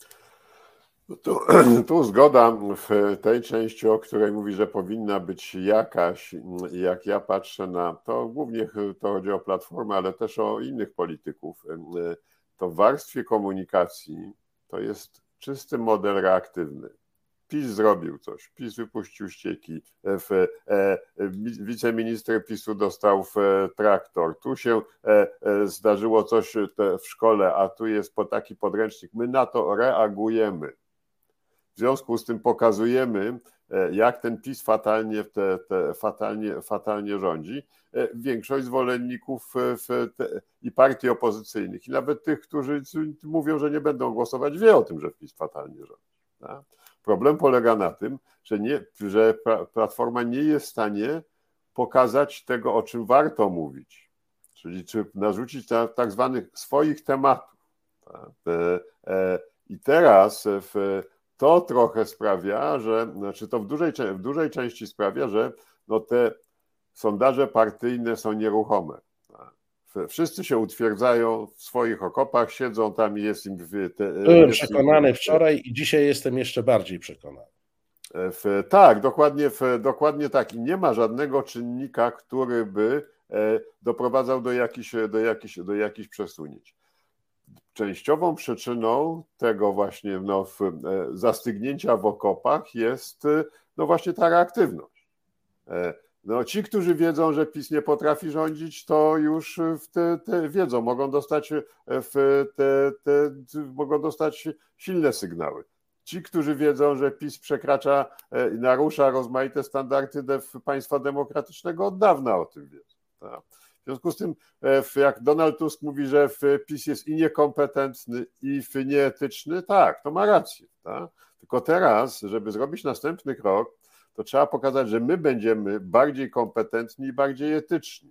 Tu, tu zgoda w tej części, o której mówi, że powinna być jakaś, jak ja patrzę na to, głównie to chodzi o Platformę, ale też o innych polityków, to w warstwie komunikacji to jest czysty model reaktywny. PiS zrobił coś, PiS wypuścił ścieki, w, e, wiceminister PiSu dostał w traktor, tu się e, e, zdarzyło coś te, w szkole, a tu jest po taki podręcznik. My na to reagujemy. W związku z tym pokazujemy, jak ten PiS fatalnie, te, te, fatalnie, fatalnie rządzi. Większość zwolenników w te, i partii opozycyjnych, i nawet tych, którzy mówią, że nie będą głosować, wie o tym, że PiS fatalnie rządzi. Tak? Problem polega na tym, że, nie, że Platforma nie jest w stanie pokazać tego, o czym warto mówić, czyli czy narzucić ta, tak zwanych swoich tematów. Tak? I teraz w to trochę sprawia, że, znaczy to w dużej, w dużej części sprawia, że no te sondaże partyjne są nieruchome. Wszyscy się utwierdzają w swoich okopach, siedzą tam i jest im... Te, Byłem jest przekonany im, wczoraj i dzisiaj jestem jeszcze bardziej przekonany. W, tak, dokładnie, w, dokładnie tak. I nie ma żadnego czynnika, który by doprowadzał do jakichś, do jakichś, do jakichś przesunięć. Częściową przyczyną tego właśnie no, w, e, zastygnięcia w okopach jest no właśnie ta reaktywność. E, no, ci, którzy wiedzą, że PiS nie potrafi rządzić, to już w te, te wiedzą, mogą dostać, w te, te, mogą dostać silne sygnały. Ci, którzy wiedzą, że PiS przekracza i narusza rozmaite standardy państwa demokratycznego, od dawna o tym wiedzą. Tak? W związku z tym, jak Donald Tusk mówi, że PiS jest i niekompetentny, i nieetyczny, tak, to ma rację. Tak? Tylko teraz, żeby zrobić następny krok, to trzeba pokazać, że my będziemy bardziej kompetentni i bardziej etyczni.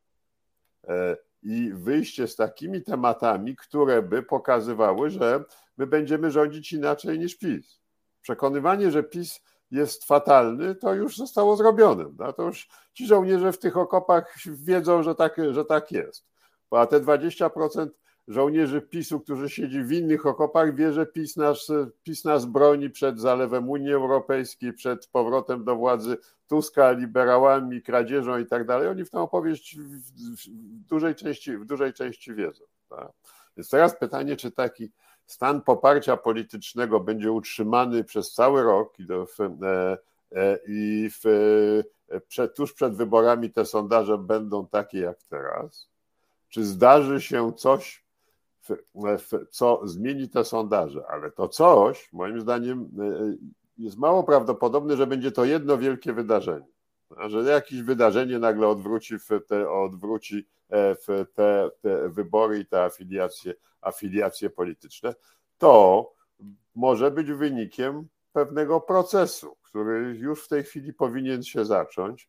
I wyjście z takimi tematami, które by pokazywały, że my będziemy rządzić inaczej niż PiS. Przekonywanie, że PiS jest fatalny, to już zostało zrobione. No to już ci żołnierze w tych okopach wiedzą, że tak, że tak jest. A te dwadzieścia procent żołnierzy PiSu, którzy siedzi w innych okopach, wie, że PiS nas, PiS nas broni przed zalewem Unii Europejskiej, przed powrotem do władzy Tuska, liberałami, kradzieżą i tak dalej. Oni w tę opowieść w, w, dużej, części, w dużej części wiedzą. Tak? Więc teraz pytanie, czy taki stan poparcia politycznego będzie utrzymany przez cały rok i, do, w, e, e, i w, e, przed, tuż przed wyborami te sondaże będą takie jak teraz? Czy zdarzy się coś, w, w, co zmieni te sondaże? Ale to coś, moim zdaniem, e, jest mało prawdopodobne, że będzie to jedno wielkie wydarzenie. Że jakieś wydarzenie nagle odwróci, w te, odwróci w te, te wybory i te afiliacje, afiliacje polityczne. To może być wynikiem pewnego procesu, który już w tej chwili powinien się zacząć,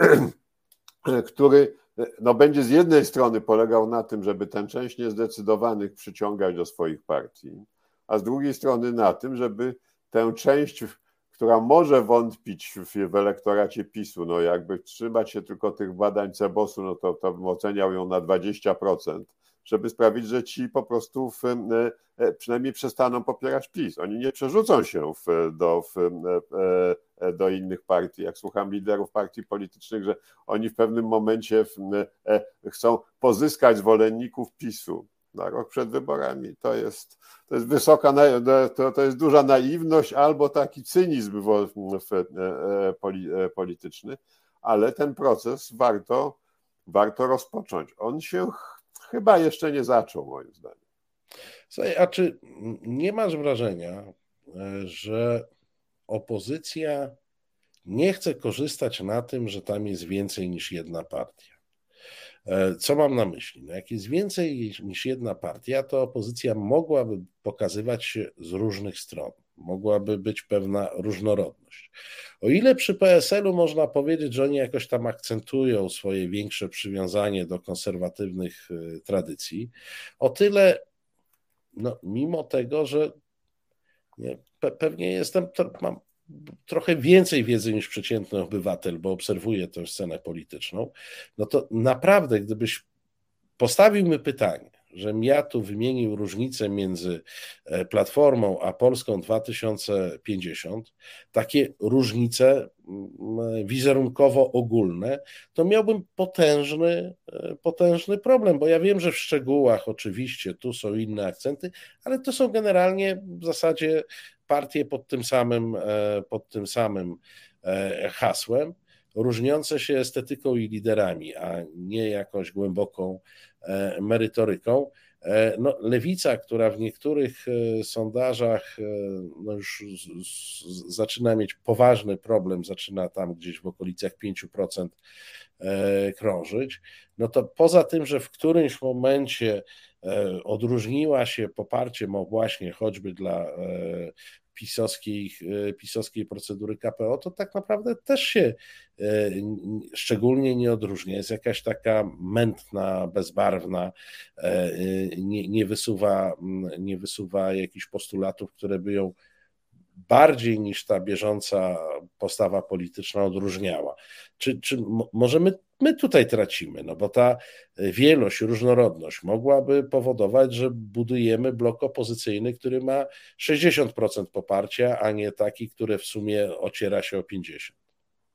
który no, będzie z jednej strony polegał na tym, żeby tę część niezdecydowanych przyciągać do swoich partii, a z drugiej strony na tym, żeby tę część, która może wątpić w, w elektoracie PiSu, no jakby trzymać się tylko tych badań Cebosu, no to, to bym oceniał ją na dwadzieścia procent, żeby sprawić, że ci po prostu w, przynajmniej przestaną popierać PiS. Oni nie przerzucą się w, do, w, do innych partii. Jak słucham liderów partii politycznych, że oni w pewnym momencie w, chcą pozyskać zwolenników PiSu na rok przed wyborami. To jest, to jest wysoka, to, to jest duża naiwność albo taki cynizm w, w, polityczny, ale ten proces warto, warto rozpocząć. On się chyba jeszcze nie zaczął, moim zdaniem. Słuchaj, a czy nie masz wrażenia, że opozycja nie chce korzystać na tym, że tam jest więcej niż jedna partia? Co mam na myśli? No jak jest więcej niż jedna partia, to opozycja mogłaby pokazywać się z różnych stron. Mogłaby być pewna różnorodność. O ile przy P S L u można powiedzieć, że oni jakoś tam akcentują swoje większe przywiązanie do konserwatywnych tradycji, o tyle, no, mimo tego, że nie, pe- pewnie jestem, mam trochę więcej wiedzy niż przeciętny obywatel, bo obserwuję tę scenę polityczną, no to naprawdę, gdybyś postawił mi pytanie, żebym ja tu wymienił różnicę między Platformą a Polską dwa tysiące pięćdziesiąt, takie różnice wizerunkowo ogólne, to miałbym potężny, potężny problem, bo ja wiem, że w szczegółach oczywiście tu są inne akcenty, ale to są generalnie w zasadzie partie pod tym samym, pod tym samym hasłem, różniące się estetyką i liderami, a nie jakąś głęboką merytoryką. No, Lewica, która w niektórych sondażach no już zaczyna mieć poważny problem, zaczyna tam gdzieś w okolicach pięć procent krążyć, no to poza tym, że w którymś momencie odróżniła się poparciem o właśnie choćby dla pisowskiej, pisowskiej procedury K P O, to tak naprawdę też się szczególnie nie odróżnia. Jest jakaś taka mętna, bezbarwna, nie, nie, wysuwa, nie wysuwa jakichś postulatów, które by ją bardziej niż ta bieżąca postawa polityczna odróżniała. Czy, czy może my, my tutaj tracimy? No bo ta wielość, różnorodność mogłaby powodować, że budujemy blok opozycyjny, który ma sześćdziesiąt procent poparcia, a nie taki, który w sumie ociera się o pięćdziesiąt procent.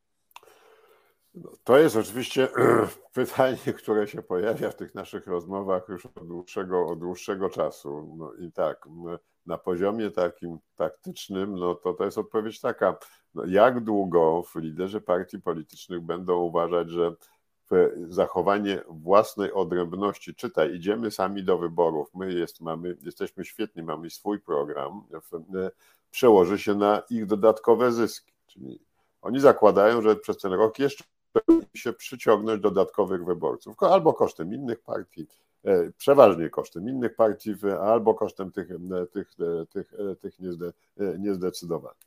To jest oczywiście pytanie, które się pojawia w tych naszych rozmowach już od dłuższego, od dłuższego czasu. No i tak, na poziomie takim taktycznym, no to to jest odpowiedź taka, no jak długo liderzy partii politycznych będą uważać, że zachowanie własnej odrębności, czytaj, idziemy sami do wyborów, my jest, mamy, jesteśmy świetni, mamy swój program, przełoży się na ich dodatkowe zyski. Czyli oni zakładają, że przez ten rok jeszcze się przyciągnąć dodatkowych wyborców, albo kosztem innych partii, przeważnie kosztem innych partii, albo kosztem tych, tych, tych, tych niezdecydowanych.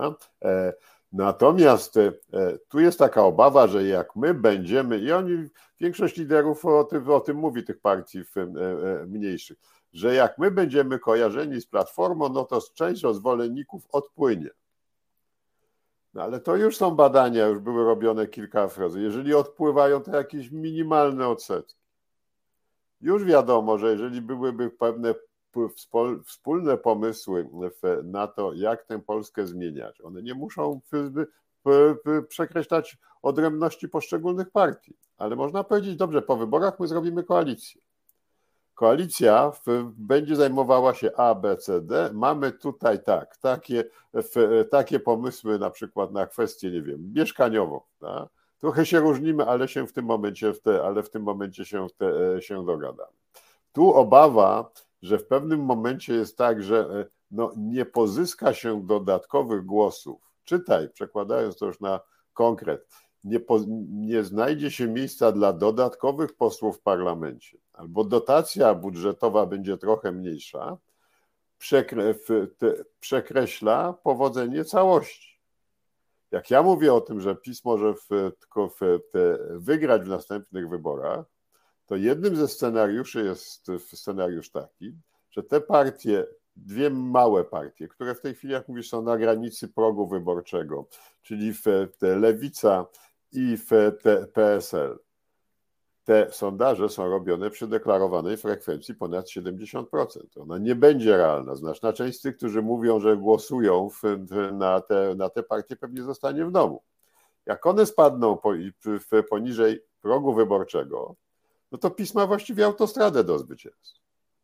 Natomiast tu jest taka obawa, że jak my będziemy, i oni, większość liderów o tym, o tym mówi, tych partii mniejszych, że jak my będziemy kojarzeni z Platformą, no to część zwolenników odpłynie. No ale to już są badania, już były robione kilka razy. Jeżeli odpływają, to jakieś minimalne odsetki. Już wiadomo, że jeżeli byłyby pewne wspólne pomysły na to, jak tę Polskę zmieniać, one nie muszą przekreślać odrębności poszczególnych partii, ale można powiedzieć, dobrze, po wyborach my zrobimy koalicję. Koalicja będzie zajmowała się A, B, C, D. Mamy tutaj tak, takie, takie pomysły na przykład na kwestię, nie wiem, mieszkaniową. Tak? Trochę się różnimy, ale się w tym momencie, w te, ale w tym momencie się, w te, się dogadamy. Tu obawa, że w pewnym momencie jest tak, że no, nie pozyska się dodatkowych głosów. Czytaj, przekładając to już na konkret. Nie, po, nie znajdzie się miejsca dla dodatkowych posłów w parlamencie, albo dotacja budżetowa będzie trochę mniejsza, przekre, te, przekreśla powodzenie całości. Jak ja mówię o tym, że PiS może w, tylko w, te, wygrać w następnych wyborach, to jednym ze scenariuszy jest scenariusz taki, że te partie, dwie małe partie, które w tej chwili, jak mówisz, są na granicy progu wyborczego, czyli w te Lewica i w te P S L. Te sondaże są robione przy deklarowanej frekwencji ponad siedemdziesiąt procent. Ona nie będzie realna. Znaczna część z tych, którzy mówią, że głosują w, w, na, te, na te partie, pewnie zostanie w domu. Jak one spadną po, w, poniżej progu wyborczego, no to PiS ma właściwie autostradę do zwycięstwa.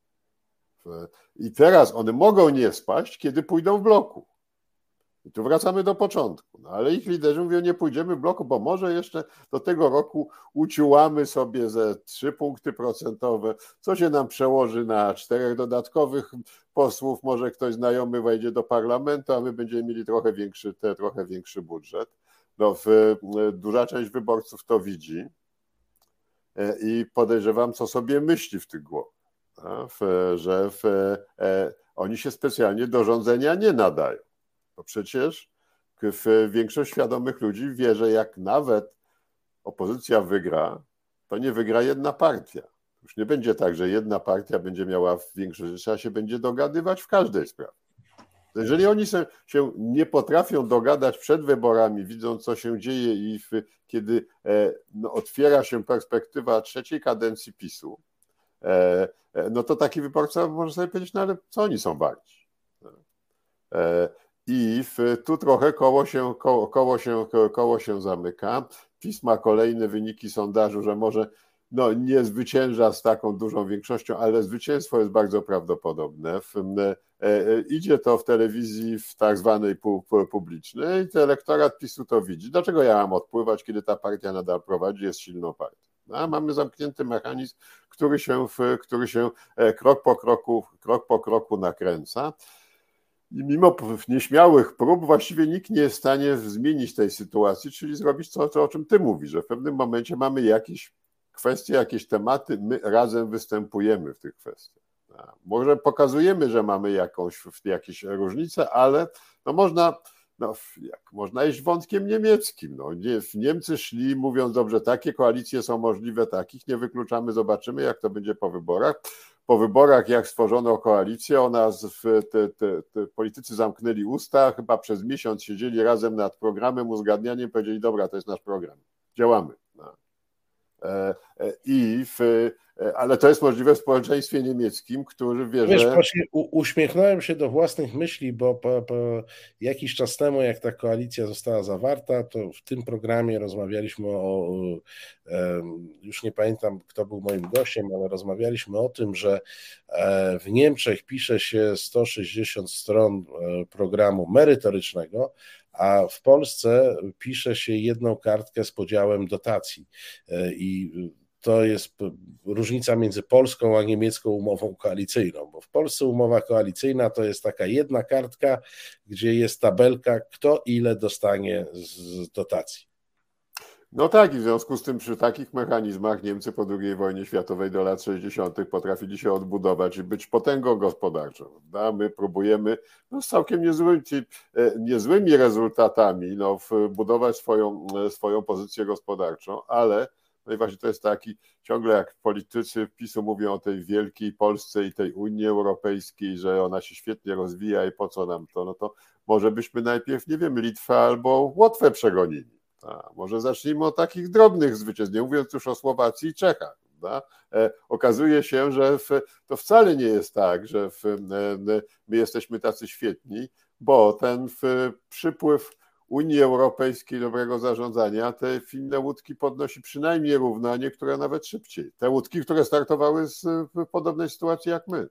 I teraz one mogą nie spaść, kiedy pójdą w bloku. I tu wracamy do początku. No ale ich liderzy mówią, nie pójdziemy w bloku, bo może jeszcze do tego roku uciułamy sobie ze trzy punkty procentowe, co się nam przełoży na czterech dodatkowych posłów, może ktoś znajomy wejdzie do parlamentu, a my będziemy mieli trochę większy, te, trochę większy budżet. No, w, duża część wyborców to widzi i podejrzewam, co sobie myśli w tych głowach, że w, e, oni się specjalnie do rządzenia nie nadają. Bo przecież większość świadomych ludzi wie, że jak nawet opozycja wygra, to nie wygra jedna partia. Już nie będzie tak, że jedna partia będzie miała większość, trzeba się będzie dogadywać w każdej sprawie. Jeżeli oni się nie potrafią dogadać przed wyborami, widzą, co się dzieje i w, kiedy no, otwiera się perspektywa trzeciej kadencji PiSu, no to taki wyborca może sobie powiedzieć, no ale co oni są warci? I w, tu trochę koło się, koło, koło, się, koło się zamyka. PiS ma kolejne wyniki sondażu, że może no, nie zwycięża z taką dużą większością, ale zwycięstwo jest bardzo prawdopodobne. W, e, e, idzie to w telewizji w tak zwanej pu, pu, publicznej i elektorat PiSu to widzi. Dlaczego ja mam odpływać, kiedy ta partia nadal prowadzi, jest silną partią? A mamy zamknięty mechanizm, który się, w, który się krok po kroku, krok po kroku nakręca. I mimo nieśmiałych prób właściwie nikt nie jest w stanie zmienić tej sytuacji, czyli zrobić to, to, o czym ty mówisz, że w pewnym momencie mamy jakieś kwestie, jakieś tematy, my razem występujemy w tych kwestiach. Może pokazujemy, że mamy jakąś, jakieś różnice, ale no można, no jak, można iść wątkiem niemieckim. No, nie, Niemcy szli mówiąc, dobrze, takie koalicje są możliwe, takich nie wykluczamy, zobaczymy jak to będzie po wyborach. Po wyborach, jak stworzono koalicję, ona, te, te, te politycy zamknęli usta, chyba przez miesiąc siedzieli razem nad programem, uzgadnianiem, powiedzieli, dobra, to jest nasz program, działamy. No. I w, ale to jest możliwe w społeczeństwie niemieckim, który wie, Wiesz, że... właśnie uśmiechnąłem się do własnych myśli, bo po, po jakiś czas temu, jak ta koalicja została zawarta, to w tym programie rozmawialiśmy o, już nie pamiętam, kto był moim gościem, ale rozmawialiśmy o tym, że w Niemczech pisze się sto sześćdziesiąt stron programu merytorycznego, a w Polsce pisze się jedną kartkę z podziałem dotacji i to jest różnica między polską a niemiecką umową koalicyjną, bo w Polsce umowa koalicyjna to jest taka jedna kartka, gdzie jest tabelka, kto ile dostanie z dotacji. No tak, i w związku z tym przy takich mechanizmach Niemcy po drugiej wojnie światowej do lat sześćdziesiątych potrafili się odbudować i być potęgą gospodarczą. A my próbujemy no, z całkiem niezłymi, niezłymi rezultatami no, budować swoją, swoją pozycję gospodarczą, ale no i właśnie to jest taki, ciągle jak politycy PiSu mówią o tej wielkiej Polsce i tej Unii Europejskiej, że ona się świetnie rozwija i po co nam to, no to może byśmy najpierw, nie wiem, Litwę albo Łotwę przegonili. A może zacznijmy od takich drobnych zwycięstw, nie mówiąc już o Słowacji i Czechach. E, okazuje się, że w, to wcale nie jest tak, że w, my jesteśmy tacy świetni, bo ten w, przypływ Unii Europejskiej dobrego zarządzania te inne łódki podnosi przynajmniej równo, a niektóre nawet szybciej. Te łódki, które startowały z, w podobnej sytuacji jak my.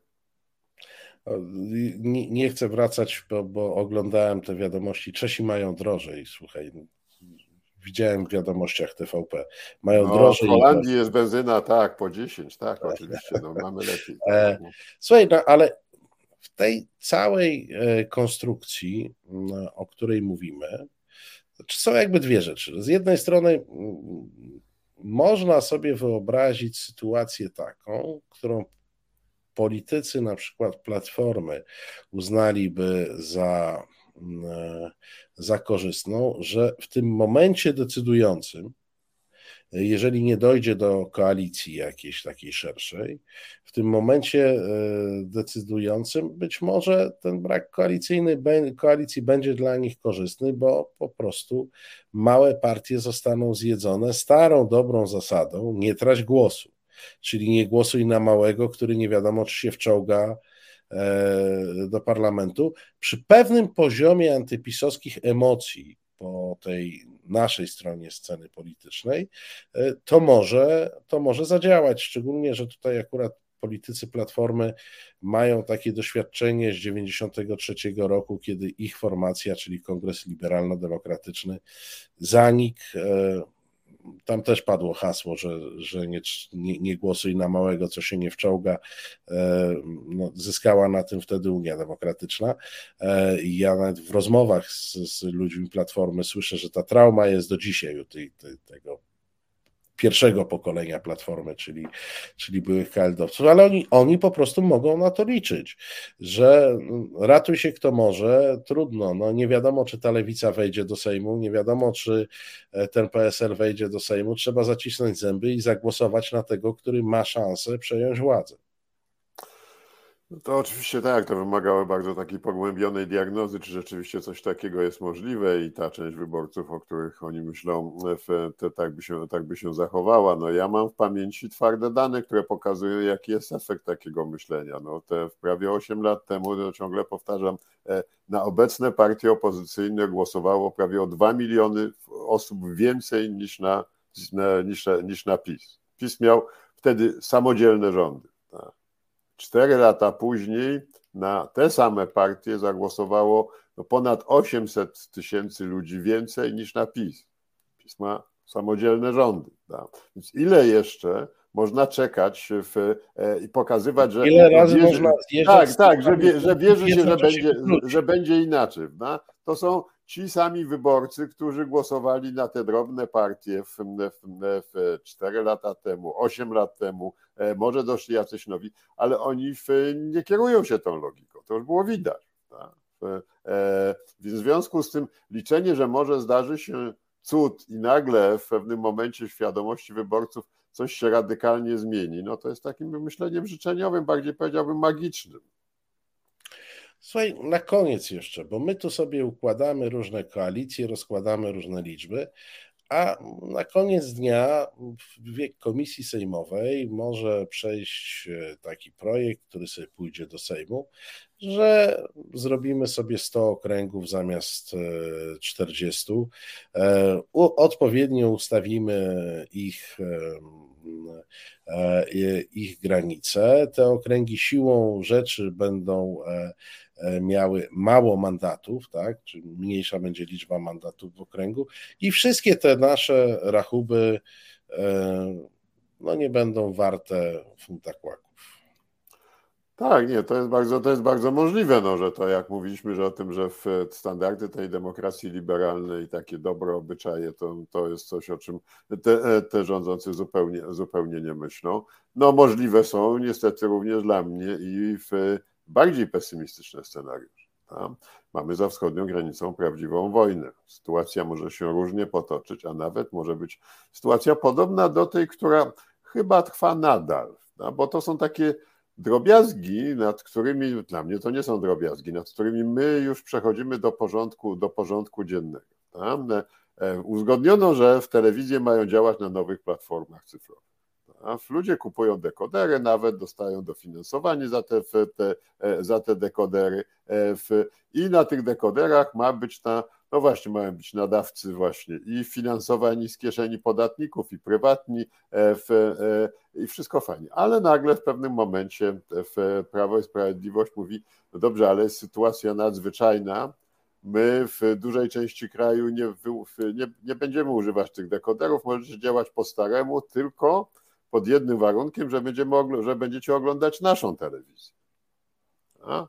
Nie, nie chcę wracać, bo, bo oglądałem te wiadomości. Czesi mają drożej, słuchaj. Widziałem w wiadomościach T V P. Mają no, drożej. W Holandii jest benzyna, tak, po dziesięć, tak, oczywiście, no, mamy lepiej. Tak. Słuchaj, no ale w tej całej konstrukcji, o której mówimy, są jakby dwie rzeczy. Z jednej strony można sobie wyobrazić sytuację taką, którą politycy na przykład Platformy uznaliby za, za korzystną, że w tym momencie decydującym, jeżeli nie dojdzie do koalicji jakiejś takiej szerszej, w tym momencie decydującym być może ten brak koalicyjny, koalicji będzie dla nich korzystny, bo po prostu małe partie zostaną zjedzone starą, dobrą zasadą nie trać głosu, czyli nie głosuj na małego, który nie wiadomo, czy się wczołga do parlamentu. Przy pewnym poziomie antypisowskich emocji po tej naszej stronie sceny politycznej, to może, to może zadziałać, szczególnie, że tutaj akurat politycy Platformy mają takie doświadczenie z dziewięćdziesiątego trzeciego roku, kiedy ich formacja, czyli Kongres Liberalno-Demokratyczny, zanikł. Tam też padło hasło, że, że nie, nie, nie głosuj na małego, co się nie wczołga. No, zyskała na tym wtedy Unia Demokratyczna. Ja nawet w rozmowach z, z ludźmi Platformy słyszę, że ta trauma jest do dzisiaj u tej, tej, tego pierwszego pokolenia Platformy, czyli, czyli byłych K L D-owców, ale oni, oni po prostu mogą na to liczyć, że ratuj się kto może, trudno, no nie wiadomo, czy ta lewica wejdzie do Sejmu, nie wiadomo, czy ten P S L wejdzie do Sejmu, trzeba zacisnąć zęby i zagłosować na tego, który ma szansę przejąć władzę. No to oczywiście tak, to wymagało bardzo takiej pogłębionej diagnozy, czy rzeczywiście coś takiego jest możliwe i ta część wyborców, o których oni myślą, w, te, tak, by się, tak by się zachowała. No ja mam w pamięci twarde dane, które pokazują, jaki jest efekt takiego myślenia. No te w prawie osiem lat temu, no ciągle powtarzam, na obecne partie opozycyjne głosowało prawie o dwa miliony osób więcej niż na, niż, niż na PiS. PiS miał wtedy samodzielne rządy. Tak. Cztery lata później na te same partie zagłosowało no ponad osiemset tysięcy ludzi więcej niż na PiS. PiS ma samodzielne rządy. Tak? Więc ile jeszcze można czekać w, e, i pokazywać, że... Ile razy wierzy, można zjeżdżać tak, tak, że, wie, że wierzy się, że będzie, wróci. że będzie inaczej. No? To są ci sami wyborcy, którzy głosowali na te drobne partie w, w, w cztery lata temu, osiem lat temu, e, może doszli jacyś nowi, ale oni w, nie kierują się tą logiką. To już było widać. Tak? E, w związku z tym liczenie, że może zdarzy się cud i nagle w pewnym momencie w świadomości wyborców coś się radykalnie zmieni, no to jest takim myśleniem życzeniowym, bardziej powiedziałbym magicznym. Słuchaj, na koniec jeszcze, bo my tu sobie układamy różne koalicje, rozkładamy różne liczby, a na koniec dnia w wiek komisji sejmowej może przejść taki projekt, który sobie pójdzie do Sejmu, że zrobimy sobie sto okręgów zamiast czterdziestu, odpowiednio ustawimy ich, ich granice. Te okręgi siłą rzeczy będą miały mało mandatów, tak? Czyli mniejsza będzie liczba mandatów w okręgu i wszystkie te nasze rachuby no nie będą warte funta kłaków. Tak, nie, to jest bardzo, to jest bardzo możliwe, no, że to jak mówiliśmy, że o tym, że w standardy tej demokracji liberalnej takie dobre obyczaje, to, to jest coś, o czym te, te rządzący zupełnie, zupełnie nie myślą. No możliwe są niestety również dla mnie i w bardziej pesymistyczne scenariusze. Tak? Mamy za wschodnią granicą prawdziwą wojnę. Sytuacja może się różnie potoczyć, a nawet może być sytuacja podobna do tej, która chyba trwa nadal, tak? Bo to są takie drobiazgi, nad którymi, dla mnie to nie są drobiazgi, nad którymi my już przechodzimy do porządku, do porządku dziennego. Tak? Uzgodniono, że w telewizji mają działać na nowych platformach cyfrowych. Tak? Ludzie kupują dekodery, nawet dostają dofinansowanie za te, te, za te dekodery i na tych dekoderach ma być ta, no właśnie, mają być nadawcy właśnie i finansowani z kieszeni podatników, i prywatni, w, i wszystko fajnie. Ale nagle w pewnym momencie w Prawo i Sprawiedliwość mówi, no dobrze, ale jest sytuacja nadzwyczajna, my w dużej części kraju nie, nie, nie będziemy używać tych dekoderów, możecie działać po staremu, tylko pod jednym warunkiem, że, będziemy, że będziecie oglądać naszą telewizję. A?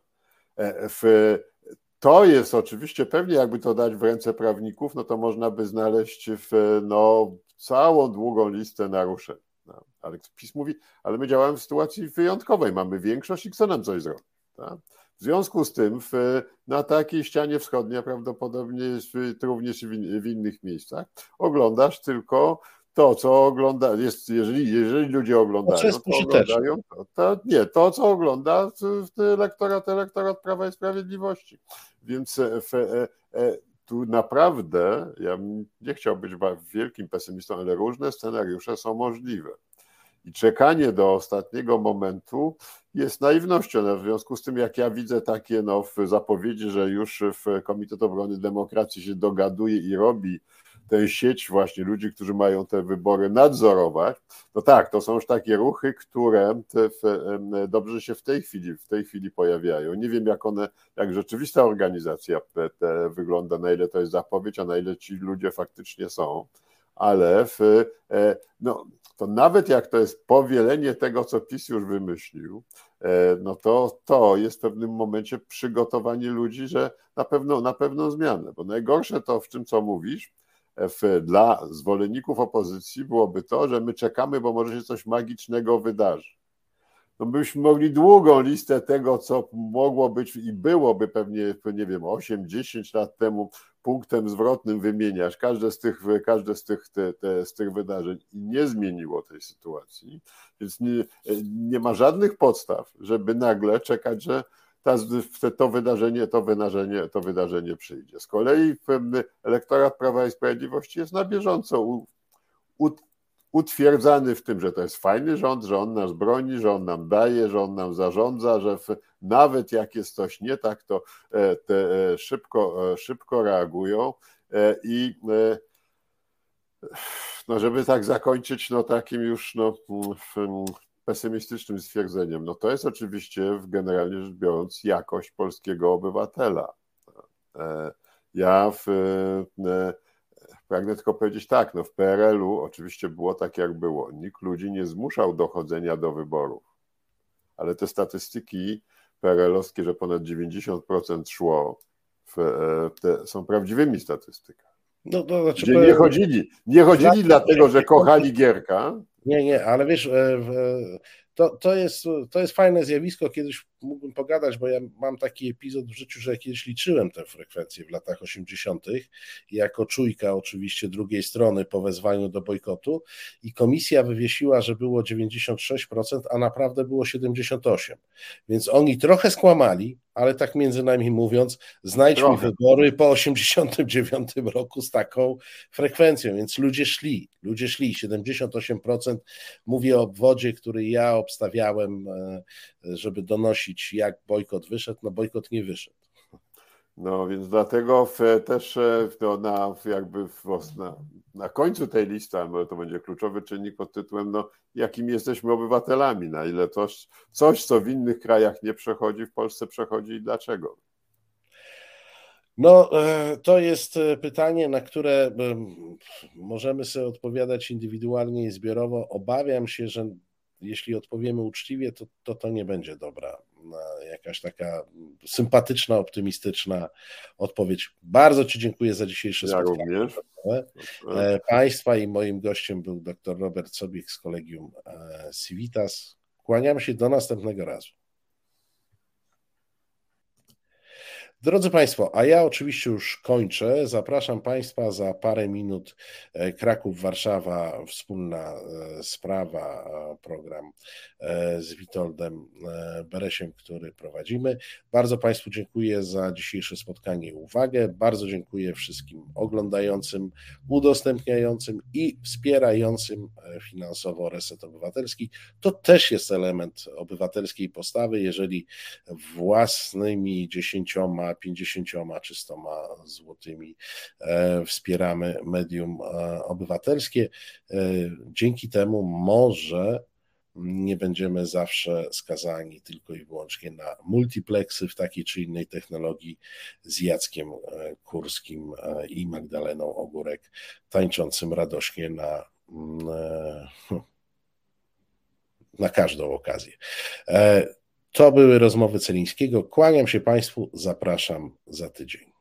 W, to jest oczywiście, pewnie jakby to dać w ręce prawników, no to można by znaleźć w, no, całą długą listę naruszeń. No, ale PiS mówi, ale my działamy w sytuacji wyjątkowej, mamy większość i chce nam coś zrobić. Tak? W związku z tym w, na takiej ścianie wschodniej, prawdopodobnie w, również w, w innych miejscach, oglądasz tylko to, co ogląda, jest, jeżeli, jeżeli ludzie oglądają, to oglądają to, to, nie, to, co ogląda elektorat, elektorat Prawa i Sprawiedliwości. Więc w, e, e, tu naprawdę, ja nie chciałbym być wielkim pesymistą, ale różne scenariusze są możliwe. I czekanie do ostatniego momentu jest naiwnością. No, w związku z tym, jak ja widzę takie no, w zapowiedzi, że już w Komitet Obrony Demokracji się dogaduje i robi tę sieć właśnie ludzi, którzy mają te wybory nadzorować, no tak, to są już takie ruchy, które te, dobrze się w tej chwili, w tej chwili pojawiają. Nie wiem, jak one, jak rzeczywista organizacja te, te wygląda, na ile to jest zapowiedź, a na ile ci ludzie faktycznie są, ale w, no, to nawet jak to jest powielenie tego, co PiS już wymyślił, no to to jest w pewnym momencie przygotowanie ludzi, że na pewno, na pewną zmianę, bo najgorsze to, w czym co mówisz, w, dla zwolenników opozycji byłoby to, że my czekamy, bo może się coś magicznego wydarzy. no byśmy mogli długą listę tego, co mogło być i byłoby pewnie, nie wiem, osiem dziesięć lat temu punktem zwrotnym wymieniać każde z tych, każde z tych, te, te, z tych wydarzeń i nie zmieniło tej sytuacji, więc nie, nie ma żadnych podstaw, żeby nagle czekać, że ta, to wydarzenie, to wydarzenie, to wydarzenie przyjdzie. Z kolei elektorat Prawa i Sprawiedliwości jest na bieżąco u, u, utwierdzany w tym, że to jest fajny rząd, że on nas broni, że on nam daje, że on nam zarządza, że w, nawet jak jest coś nie tak, to te szybko, szybko reagują i no żeby tak zakończyć no takim już no, pesymistycznym stwierdzeniem, no to jest oczywiście generalnie rzecz biorąc jakość polskiego obywatela. Ja w Pragnę tylko powiedzieć tak, no w P R L-u oczywiście było tak, jak było. Nikt ludzi nie zmuszał do chodzenia do wyborów, ale te statystyki P R L-owskie, że ponad dziewięćdziesiąt procent szło, w, te są prawdziwymi statystykami. No, to znaczy, Gdzie nie chodzili, nie chodzili dlatego, że kochali Gierka. Nie, nie, ale wiesz, to, to, jest, to jest fajne zjawisko, kiedyś mógłbym pogadać, bo ja mam taki epizod w życiu, że kiedyś liczyłem tę frekwencję w latach osiemdziesiątych jako czujka oczywiście drugiej strony po wezwaniu do bojkotu i komisja wywiesiła, że było dziewięćdziesiąt sześć procent, a naprawdę było siedemdziesiąt osiem procent. Więc oni trochę skłamali, ale tak między nami mówiąc, znajdźmy trochę. Wybory po osiemdziesiątym dziewiątym roku z taką frekwencją, więc ludzie szli, ludzie szli, siedemdziesiąt osiem procent, mówię o obwodzie, który ja obstawiałem, żeby donosić, jak bojkot wyszedł, no bojkot nie wyszedł. No więc dlatego w, też no, na, jakby w, na, na końcu tej listy, ale to będzie kluczowy czynnik pod tytułem, no, jakimi jesteśmy obywatelami, na ile coś, coś, co w innych krajach nie przechodzi, w Polsce przechodzi i dlaczego. No, to jest pytanie, na które możemy sobie odpowiadać indywidualnie i zbiorowo. Obawiam się, że jeśli odpowiemy uczciwie, to, to to nie będzie dobra, jakaś taka sympatyczna, optymistyczna odpowiedź. Bardzo Ci dziękuję za dzisiejsze ja spotkanie. Również. Państwa i moim gościem był dr Robert Sobiech z Kolegium Civitas. Kłaniam się, do następnego razu. Drodzy Państwo, a ja oczywiście już kończę. Zapraszam Państwa za parę minut. Kraków-Warszawa, wspólna sprawa, program z Witoldem Beresiem, który prowadzimy. Bardzo Państwu dziękuję za dzisiejsze spotkanie i uwagę. Bardzo dziękuję wszystkim oglądającym, udostępniającym i wspierającym finansowo Reset Obywatelski. To też jest element obywatelskiej postawy, jeżeli własnymi dziesięcioma pięćdziesięcioma czy stoma złotymi wspieramy medium obywatelskie. Dzięki temu może nie będziemy zawsze skazani tylko i wyłącznie na multiplexy w takiej czy innej technologii z Jackiem Kurskim i Magdaleną Ogórek tańczącym radośnie na, na każdą okazję. To były rozmowy Celińskiego. Kłaniam się Państwu, zapraszam za tydzień.